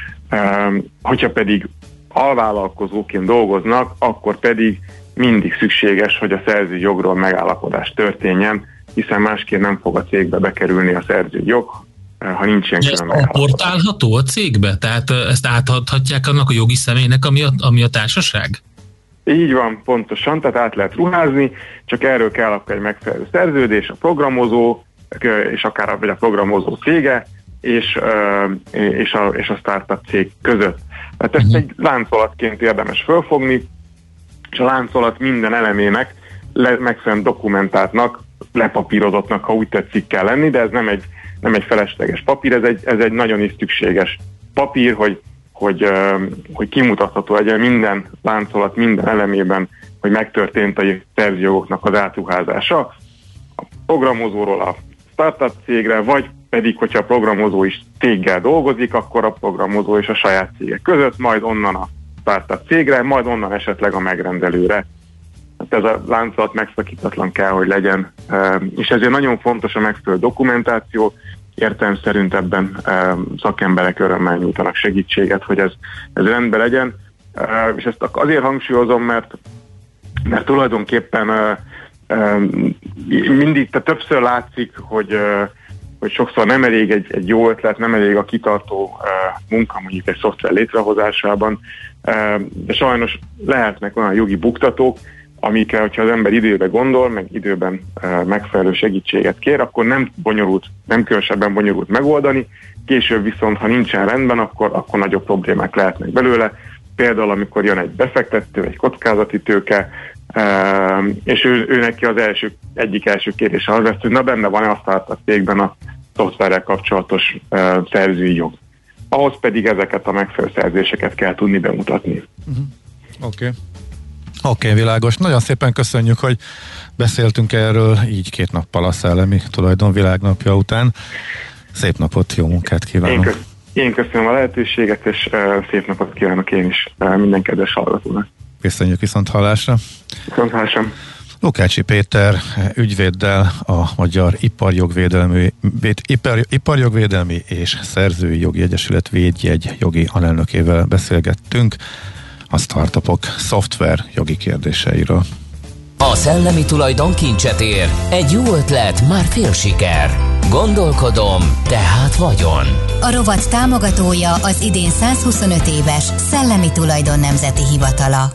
um, hogyha pedig alvállalkozóként dolgoznak, akkor pedig mindig szükséges, hogy a szerzői jogról megállapodás történjen, hiszen másként nem fog a cégbe bekerülni a szerzői jog, ha nincs ilyen külön megállapodás. Ez portálható a cégbe? Tehát ezt átadhatják annak a jogi személynek, ami a, ami a társaság? Így van, pontosan, tehát át lehet ruházni, csak erről kell akkor egy megfelelő szerződés, a programozó, és akár a, vagy a programozó cége, és, és, a, és a startup cég között. Tehát ezt egy láncolatként érdemes fölfogni, és a láncolat minden elemének le, megfelelően dokumentáltnak, lepapírozottnak, ha úgy tetszik, kell lenni, de ez nem egy, nem egy felesleges papír, ez egy, ez egy nagyon is szükséges papír, hogy, hogy, hogy kimutatható legyen minden láncolat, minden elemében, hogy megtörtént a szerzőjogoknak az átruházása a programozóról a startup cégre, vagy pedig, hogyha a programozó is céggel dolgozik, akkor a programozó és a saját cége között, majd onnan a startup cégre, majd onnan esetleg a megrendelőre. Hát ez a láncolat megszakítatlan kell, hogy legyen, és ezért nagyon fontos a megfelelő dokumentáció, értelem szerint ebben szakemberek örömmel nyújtanak segítséget, hogy ez, ez rendben legyen, és ezt azért hangsúlyozom, mert, mert tulajdonképpen mindig, tehát többször látszik, hogy hogy sokszor nem elég egy, egy jó ötlet, nem elég a kitartó uh, munka mondjuk egy szoftver létrehozásában, uh, de sajnos lehetnek olyan jogi buktatók, amikre, hogyha az ember időben gondol, meg időben uh, megfelelő segítséget kér, akkor nem bonyolult, nem különösebben bonyolult megoldani, később viszont, ha nincsen rendben, akkor, akkor nagyobb problémák lehetnek belőle. Például, amikor jön egy befektető, egy kockázati tőke, Uh, és ő, ő neki az első, egyik első kérdése az lesz, hogy na benne van-e a startup cégben a szoftverrel kapcsolatos uh, szerzői jog. Ahhoz pedig ezeket a megfelelő szerzéseket kell tudni bemutatni. Uh-huh. Oké. Okay. Oké, okay, világos. Nagyon szépen köszönjük, hogy beszéltünk erről így két nappal a Szellemi Tulajdon Világnapja után. Szép napot, jó munkát kívánok! Én, köz, én köszönöm a lehetőséget, és uh, szép napot kívánok én is uh, minden kedves hallgatónak. Köszönjük viszont hallásra. Viszont hallásra. Lukácsi Péter ügyvéddel, a Magyar Iparjogvédelmi, Ipar, Iparjogvédelmi és Szerzői Jogi Egyesület védjegy jogi alelnökével beszélgettünk a startupok szoftver jogi kérdéseiről. A szellemi tulajdon kincset ér. Egy jó ötlet, már fél siker. Gondolkodom, tehát vagyon. A rovat támogatója az idén százhuszonöt éves Szellemi Tulajdon Nemzeti Hivatala.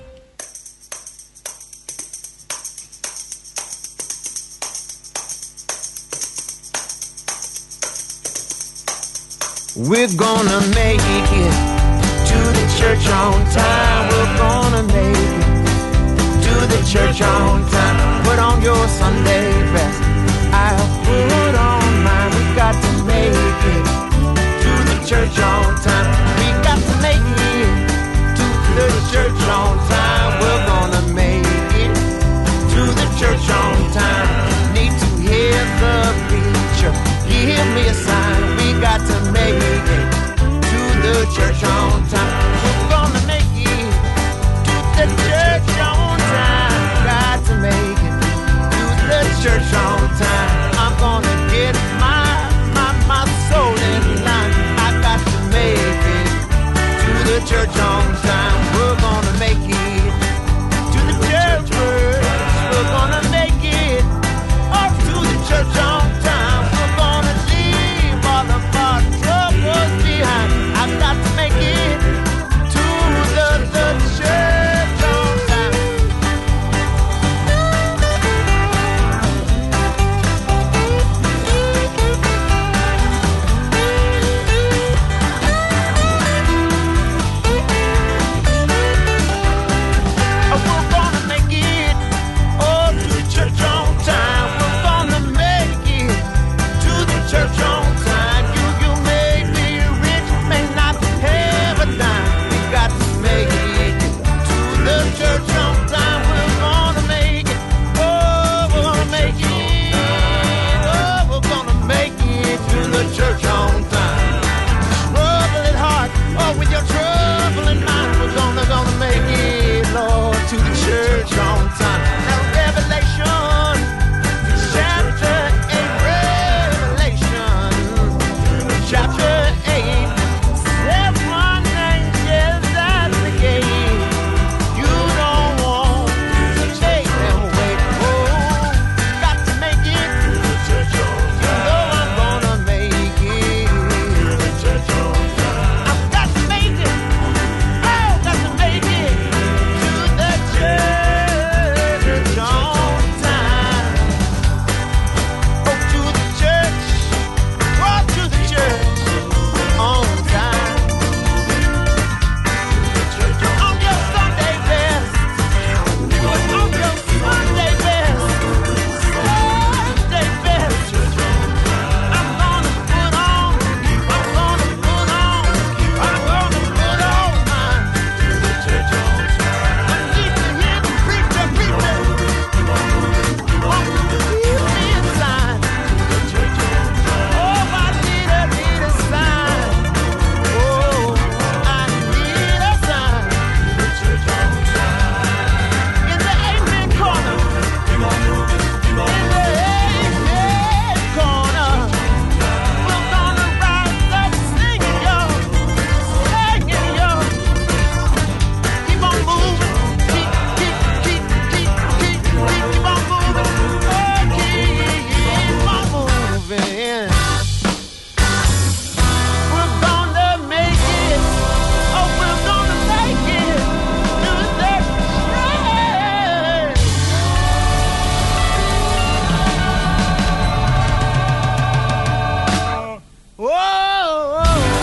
We're gonna make it to the church on time. We're gonna make it to the church on time. Put on your Sunday best, I'll put on mine. We got to make it to the church on time. We got to make it to the church on time. We're gonna make it to the church on time. Need to hear the preacher give me a sign. We got to make it to the church on time. We're gonna make it to the church on time. Got to make it to the church on time. I'm gonna get my, my, my soul in line. I got to make it to the church on time. We're gonna make it to the church. We're gonna make it up to the church on time. We're gonna leave all of our troubles behind. I've got to make it to the, the church on time. We're gonna make it oh, to the church on time. We're gonna make it to the church on time. You, you may be rich, may not have a dime. We got to make it to the church on time. We're gonna make it. Oh, we're gonna make it. Oh, we're gonna make it to the church on time. Trouble heart, oh, with your trouble in mind, we're gonna, gonna make it, Lord, to the church on time. Now, Revelation, chapter eight, Revelation, chapter eight, seven angels at the gate. You don't want to take them away. Oh, got to make it. You know I'm gonna make it. I've got to make it. Oh, got to make it to the church on time. Oh, to the church. Oh, to the church on time. On your Sunday best. On your Sunday best. Sunday best. I'm gonna put on. I'm gonna put on. I'm gonna put on mine. I need to hear the preacher, preacher. Won't you give me a sign? Oh, I need a, need a sign. Oh, I need a sign. In the amen corner. In the amen corner. We're gonna rise up singing, yo. Singing, yo. Keep on moving. Keep, keep, keep, keep, keep, keep, keep on moving. Oh, keep on moving. We're gonna make it. Oh, we're gonna make it to the church. Whoa,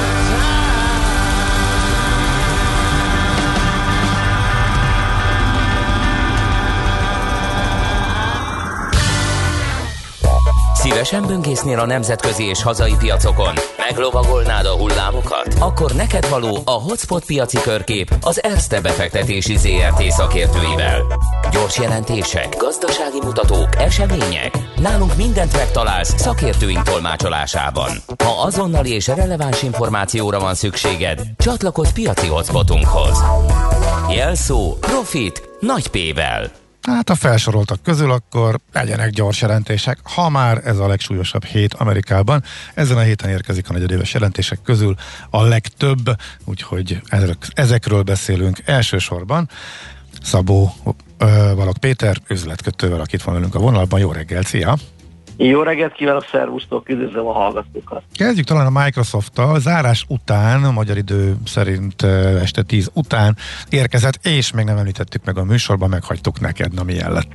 Szívesen böngésznél a nemzetközi és hazai piacokon? Meglovagolnád a hullámokat? Akkor neked való a Hotspot piaci körkép az Erste befektetési zé er té szakértőivel. Gyors jelentések, gazdasági mutatók, események. Nálunk mindent megtalálsz szakértőink tolmácsolásában. Ha azonnali és releváns információra van szükséged, csatlakozz piaci hotspotunkhoz. Jelszó Profit nagy P-vel. Hát a felsoroltak közül akkor legyenek gyors jelentések, ha már ez a legsúlyosabb hét Amerikában. Ezen a héten érkezik a negyedéves jelentések közül a legtöbb, úgyhogy ezekről beszélünk elsősorban. Szabó Balogh Péter, üzletkötővel, akit van velünk a vonalban. Jó reggelt, szia! Jó reggelt kívánok, szervusztok, üdvözlöm a hallgatókat! Kezdjük talán a Microsoft-tal. Zárás után, a magyar idő szerint este tíz után érkezett, és még nem említettük meg a műsorban, meghagytuk neked, na milyen lett?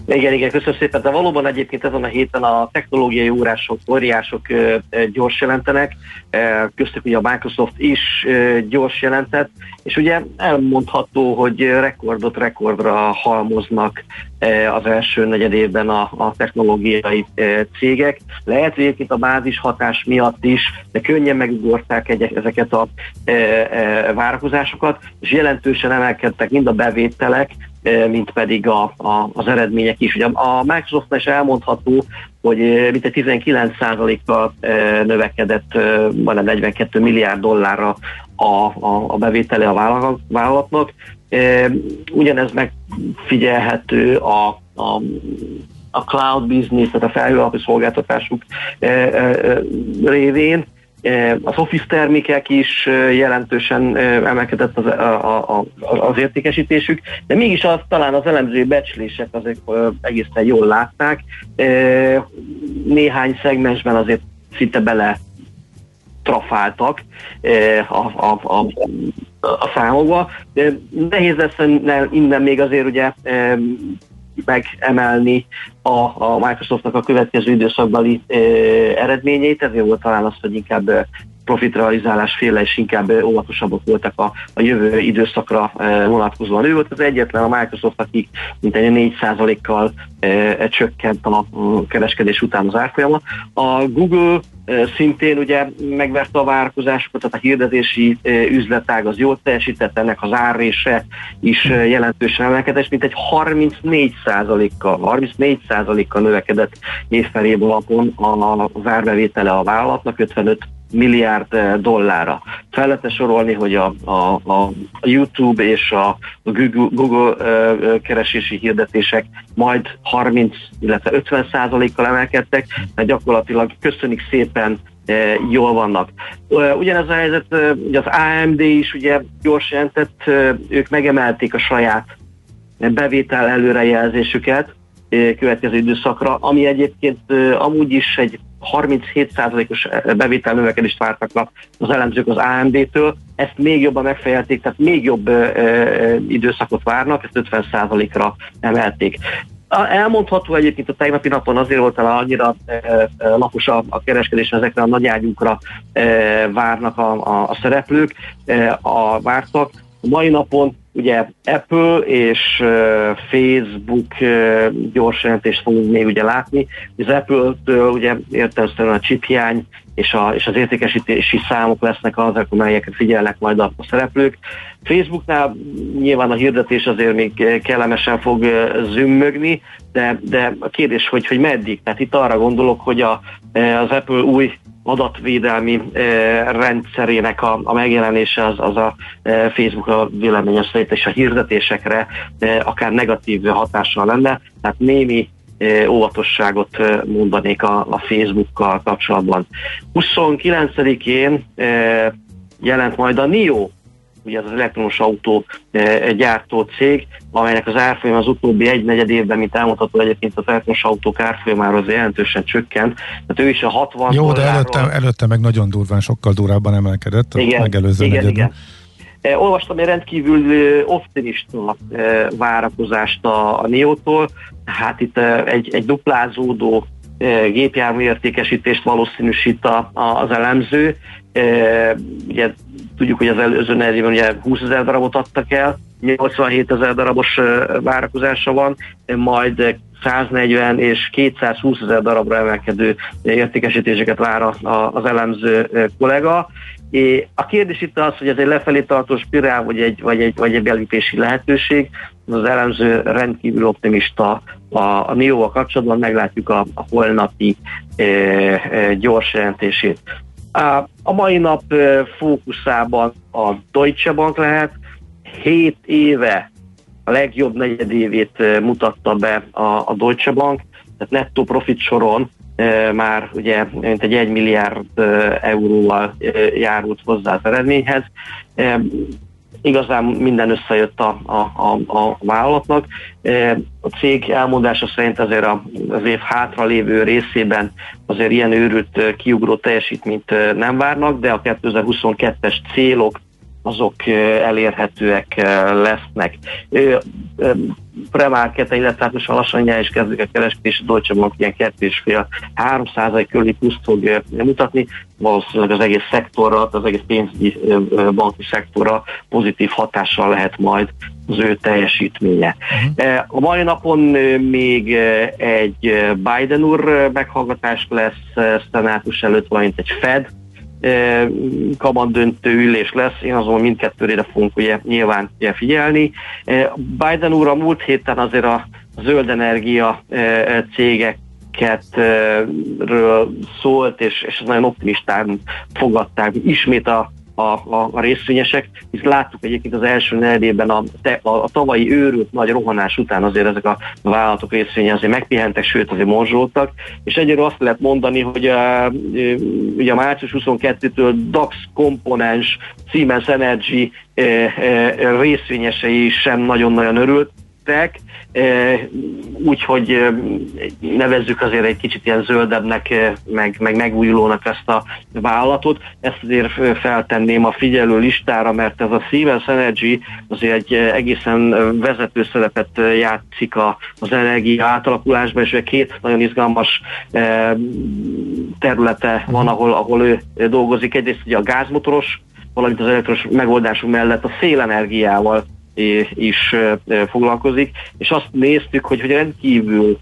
Igen, igen, köszönöm szépen, de valóban egyébként ezen a héten a technológiai órások, óriások gyors jelentenek, köztük ugye a Microsoft is gyors jelentett, és ugye elmondható, hogy rekordot rekordra halmoznak az első negyedévben a, a technológiai cégek. Lehet, hogy egyébként a bázis hatás miatt is, de könnyen megugorták egy, ezeket a e, e, várakozásokat, és jelentősen emelkedtek mind a bevételek, e, mint pedig a, a, az eredmények is. Ugye a Microsoftnál is elmondható, hogy mintegy tizenkilenc százalékkal e, növekedett, e, majdnem negyvenkét milliárd dollárra a, a, a bevétele a vállalatnak. E, ugyanez megfigyelhető a, a a cloud business, tehát a felhőalapú szolgáltatásuk e, e, révén. E, az Office termékek is jelentősen emelkedett az, a, a, az értékesítésük, de mégis az, talán az elemzői becslések azok egészen jól látták. E, néhány szegmensben azért szinte bele trafáltak e, a, a, a, a számokba. De nehéz lesz innen még azért ugye e, megemelni a, a Microsoftnak a következő időszakbeli e, eredményeit, ezért volt talán az, hogy inkább profitrealizálás féle és inkább óvatosabbak voltak a, a jövő időszakra e, vonatkozóan. Ő volt az egyetlen a Microsoft, akik mintegy négy százalékkal e, csökkent a kereskedés után az árfolyama. A Google e, szintén ugye megverte a várakozásokat, tehát a hirdetési e, üzletág az jól teljesített, ennek az árrése is e, jelentősen emelkedett, mint egy harmincnégy százalékkal, harmincnégy százalékkal növekedett évfelév alapon az árbevétele a vállalatnak, ötvenöt milliárd dollárra. Fel lehetne sorolni, hogy a, a, a YouTube és a Google, Google uh, keresési hirdetések majd harminc, illetve ötven százalékkal emelkedtek, mert gyakorlatilag köszönjük szépen uh, jól vannak. Uh, ugyanez a helyzet, uh, ugye az á em dé is ugye gyors jelentett, uh, ők megemelték a saját bevétel előrejelzésüket uh, következő időszakra, ami egyébként uh, amúgy is egy harminchét százalékos bevétel növekedést vártak az elemzők az á em dé-től, ezt még jobban megfejelték, tehát még jobb ö, ö, időszakot várnak, ezt ötven százalékra emelték. Elmondható egyébként a tegnapi napon azért volt el annyira ö, ö, lapos a, a kereskedés, ezekre a nagyágyúkra ö, várnak a, a, a szereplők, ö, a vártak. A mai napon ugye Apple és uh, Facebook uh, gyors jelentést fogunk még ugye látni. Az Apple-től ugye értelemszerűen a chiphiány és, a, és az értékesítési számok lesznek azok, amelyeket figyelnek majd a, a szereplők. Facebooknál nyilván a hirdetés azért még kellemesen fog uh, zümmögni, de, de a kérdés, hogy, hogy meddig. Tehát itt arra gondolok, hogy a, az Apple új adatvédelmi e, rendszerének a, a megjelenése az, az a e, Facebook a véleményem szerint és a hirdetésekre e, akár negatív hatással lenne, tehát némi e, óvatosságot e, mondanék a, a Facebookkal kapcsolatban. huszonkilencedikén e, jelent majd a NIO, ugye az elektromos autó e, gyártó cég, amelynek az árfolyam az utóbbi egy negyed évben, mint elmondható egyébként az elektromos autók árfolyamára az jelentősen csökkent. Tehát ő is a hatvan Jó, de előtte, előtte meg nagyon durván, sokkal durvábban emelkedett. Igen, megelőző igen, negyedben. igen. E, olvastam egy rendkívül optimista e, várakozást a, a NIO-tól, hát itt e, egy, egy duplázódó e, gépjármű értékesítést valószínűsít a, a, az elemző. E, ugye tudjuk, hogy az előző negyedben ugye húszezer darabot adtak el, nyolcvanhétezer darabos várakozása van, majd száznegyven és kétszázhúszezer darabra emelkedő értékesítéseket vár az elemző kollega. A kérdés itt az, hogy ez egy lefelé tartó spirál, vagy egy, vagy egy, vagy egy belépési lehetőség. Az elemző rendkívül optimista a, a NIO-val kapcsolatban, meglátjuk a, a holnapi e, e, gyors jelentését. A, a mai nap e, fókuszában a Deutsche Bank lehet, hét éve a legjobb negyedévét mutatta be a, a Deutsche Bank, tehát nettó profit soron e, már ugye mint egy egy milliárd euróval e, járult hozzá az eredményhez. E, igazán minden összejött a, a, a, a vállalatnak. E, a cég elmondása szerint azért az év hátra lévő részében azért ilyen őrült kiugró teljesítményt nem várnak, de a kétezer-huszonkettes célok azok elérhetőek lesznek. Premarket, illetve hát most lassan el is kezdik a kereskedés, a Deutsche Bank ilyen kettő és fél három százalék körüli pluszt fog mutatni, valószínűleg az egész szektorra, az egész pénzügyi banki szektorra pozitív hatással lehet majd az ő teljesítménye. Uh-huh. A mai napon még egy Biden úr meghallgatás lesz szenátus előtt, valamint egy Fed kamatdöntő ülés lesz, én azon mindkettőre fogunk ugye nyilván figyelni. Biden úr a múlt héten azért a zöld energia cégekről szólt, és, és nagyon optimistán fogadták ismét a A, a, a részvényesek, hisz láttuk egyébként az első negyedében a, a, a tavalyi őrült nagy rohanás után azért ezek a vállalatok részvénye azért megpihentek, sőt azért morzsoltak, és egyre azt lehet mondani, hogy a, ugye a március huszonkettőtől DAX komponens Siemens Energy e, e, részvényesei sem nagyon-nagyon örültek, úgyhogy nevezzük azért egy kicsit ilyen zöldebbnek, meg, meg megújulónak ezt a vállalatot. Ezt azért feltenném a figyelő listára, mert ez a Siemens Energy azért egy egészen vezető szerepet játszik az energia átalakulásban, és két nagyon izgalmas területe van, ahol, ahol ő dolgozik. Egyrészt ugye a gázmotoros, valamint az elektromos megoldásunk mellett a szélenergiával is foglalkozik, és azt néztük, hogy, hogy rendkívül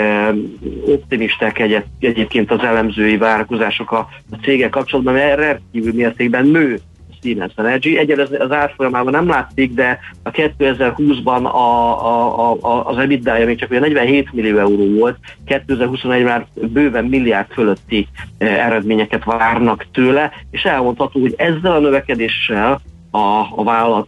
optimisták egy, egyébként az elemzői várakozások a, a céggel kapcsolatban, mert rendkívül mértékben nő a Siemens Energy. Egyébként az árfolyamában nem látszik, de a kétezer-húszban a, a, a, az EBITDA-ja még csak negyvenhét millió euró volt, kétezer-huszonegyben már bőven milliárd fölötti eredményeket várnak tőle, és elmondható, hogy ezzel a növekedéssel A, a vállalat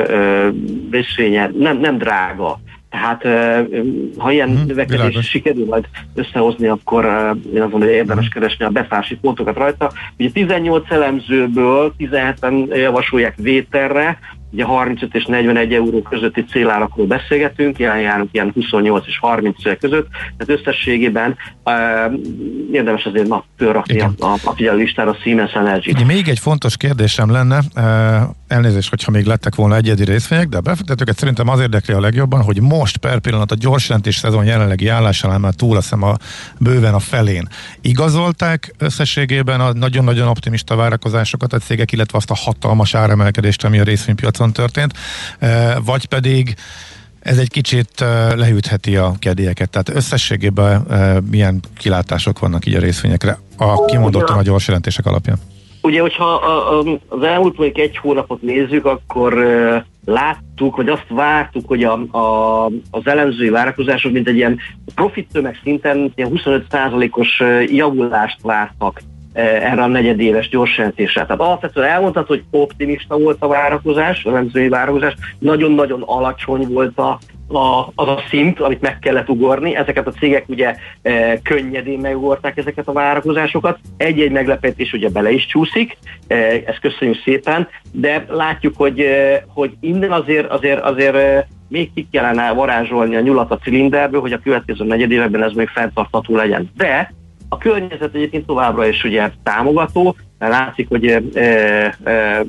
részvénye nem, nem drága. Tehát ha ilyen hmm, növekedés világos. Sikerül majd összehozni, akkor én azt mondom, hogy érdemes keresni a befási pontokat rajta. Ugye tizennyolc elemzőből tizenheten javasolják vételre, ugye harmincöt és negyvenegy euró közötti célárakról beszélgetünk, jelen járunk ilyen huszonnyolc és harminc között, tehát összességében uh, érdemes azért nap fölrakni a, a, a figyelő listára a Siemens Energy. Ugye még egy fontos kérdésem lenne, uh, elnézést, hogyha még lettek volna egyedi részvények, de a befektetőket szerintem az érdekli a legjobban, hogy most per pillanat a gyors jelentés szezon jelenlegi állásánál már túl azt hiszem a bőven a felén. Igazolták összességében a nagyon-nagyon optimista várakozásokat a cégek, illetve azt a hatalmas áremelkedést, ami a részvénypiacon történt, vagy pedig ez egy kicsit lehűtheti a kedélyeket. Tehát összességében milyen kilátások vannak így a részvényekre a kimondottan a gyors jelentések alapján? Ugye, hogyha az elmúlt mondjuk egy hónapot nézzük, akkor láttuk, vagy azt vártuk, hogy a, a, az elemzői várakozások, mint egy ilyen profit tömeg szinten ilyen huszonöt százalékos javulást vártak erre a negyedéves gyorsjelentésre. Tehát alapvetően elmondható, hogy optimista volt a várakozás, a elemzői várakozás, nagyon-nagyon alacsony volt a, a, az a szint, amit meg kellett ugorni. Ezeket a cégek ugye e, könnyedén megugorták ezeket a várakozásokat. Egy-egy meglepetés ugye bele is csúszik, e, ezt köszönjük szépen, de látjuk, hogy, e, hogy innen azért, azért, azért e, még ki kellene varázsolni a nyulat a cilinderből, hogy a következő negyedévekben ez még fenntartható legyen. De a környezet egyébként továbbra is ugye támogató, mert látszik, hogy e, e,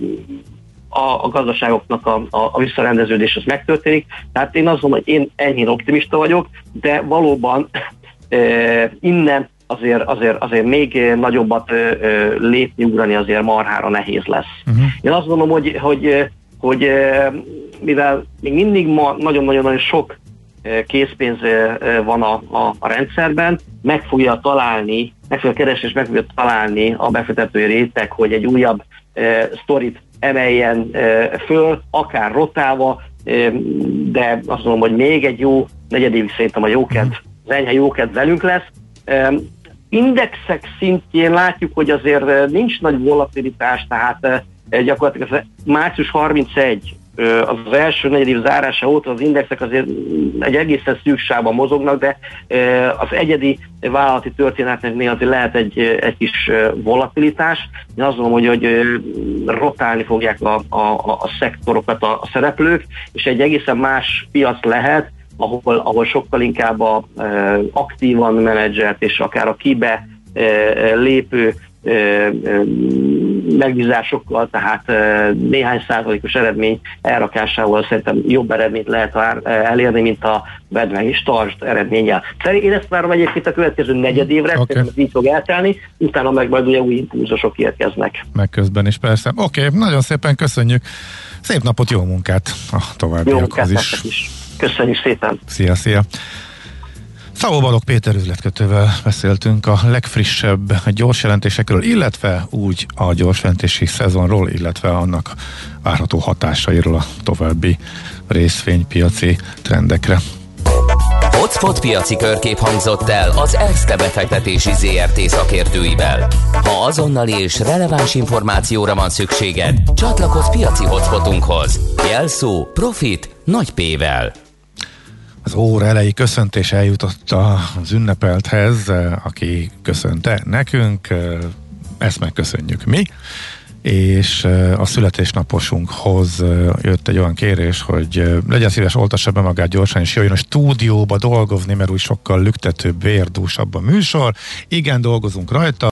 a, a gazdaságoknak a, a, a visszarendeződés az megtörténik. Tehát én azt mondom, hogy én enyhén optimista vagyok, de valóban e, innen azért, azért, azért még nagyobbat e, lépni, ugrani azért marhára nehéz lesz. Uh-huh. Én azt gondolom, hogy, hogy, hogy e, mivel még mindig ma nagyon-nagyon sok készpénz van a, a, a rendszerben, meg fogja találni, meg fogja keresni és meg fogja találni a befektetői réteg, hogy egy újabb e, sztorit emeljen e, föl, akár rotálva, e, de azt mondom, hogy még egy jó negyedévig szerintem a jókedv, az enyhe jókedv velünk lesz. E, indexek szintjén látjuk, hogy azért nincs nagy volatilitás, tehát e, gyakorlatilag az március harmincegy az első negyedév zárása óta az indexek azért egy egészen szűk sávban mozognak, de az egyedi vállalati történetnél azért lehet egy, egy kis volatilitás. Én azt mondom, hogy, hogy rotálni fogják a, a, a szektorokat a, a szereplők, és egy egészen más piac lehet, ahol, ahol sokkal inkább a, aktívan menedzselt és akár a kibe lépő megbízásokkal, tehát néhány százalékos eredmény elrakásával szerintem jobb eredményt lehet elérni, mint a Bedve és Tartsd eredménnyel. Én ezt várom egyébként a következő negyed évre, okay. így fog eltelni, utána meg majd ugye új impulzusok érkeznek. Meg közben is persze. Oké, okay, nagyon szépen köszönjük. Szép napot, jó munkát a továbbiakhoz is. is. Köszönjük szépen. Szia, szia. Szabó Balogh Péter üzletkötővel beszéltünk a legfrissebb gyors jelentésekről, illetve úgy a gyors jelentési szezonról, illetve annak várható hatásairól a további részvénypiaci trendekre. Hotspot piaci körkép hangzott el az Erste befektetési zé er té szakértőivel. Ha azonnali és releváns információra van szükséged, csatlakozz piaci hotspotunkhoz. Jelszó Profit nagy P-vel. Az óra elejé köszöntés eljutott az ünnepelthez, aki köszönte nekünk, ezt megköszönjük mi, és a születésnaposunkhoz jött egy olyan kérés, hogy legyen szíves, oltassa be magát gyorsan, és jöjjön a stúdióba dolgozni, mert úgy sokkal lüktetőbb, vérdúsabb a műsor. Igen, dolgozunk rajta.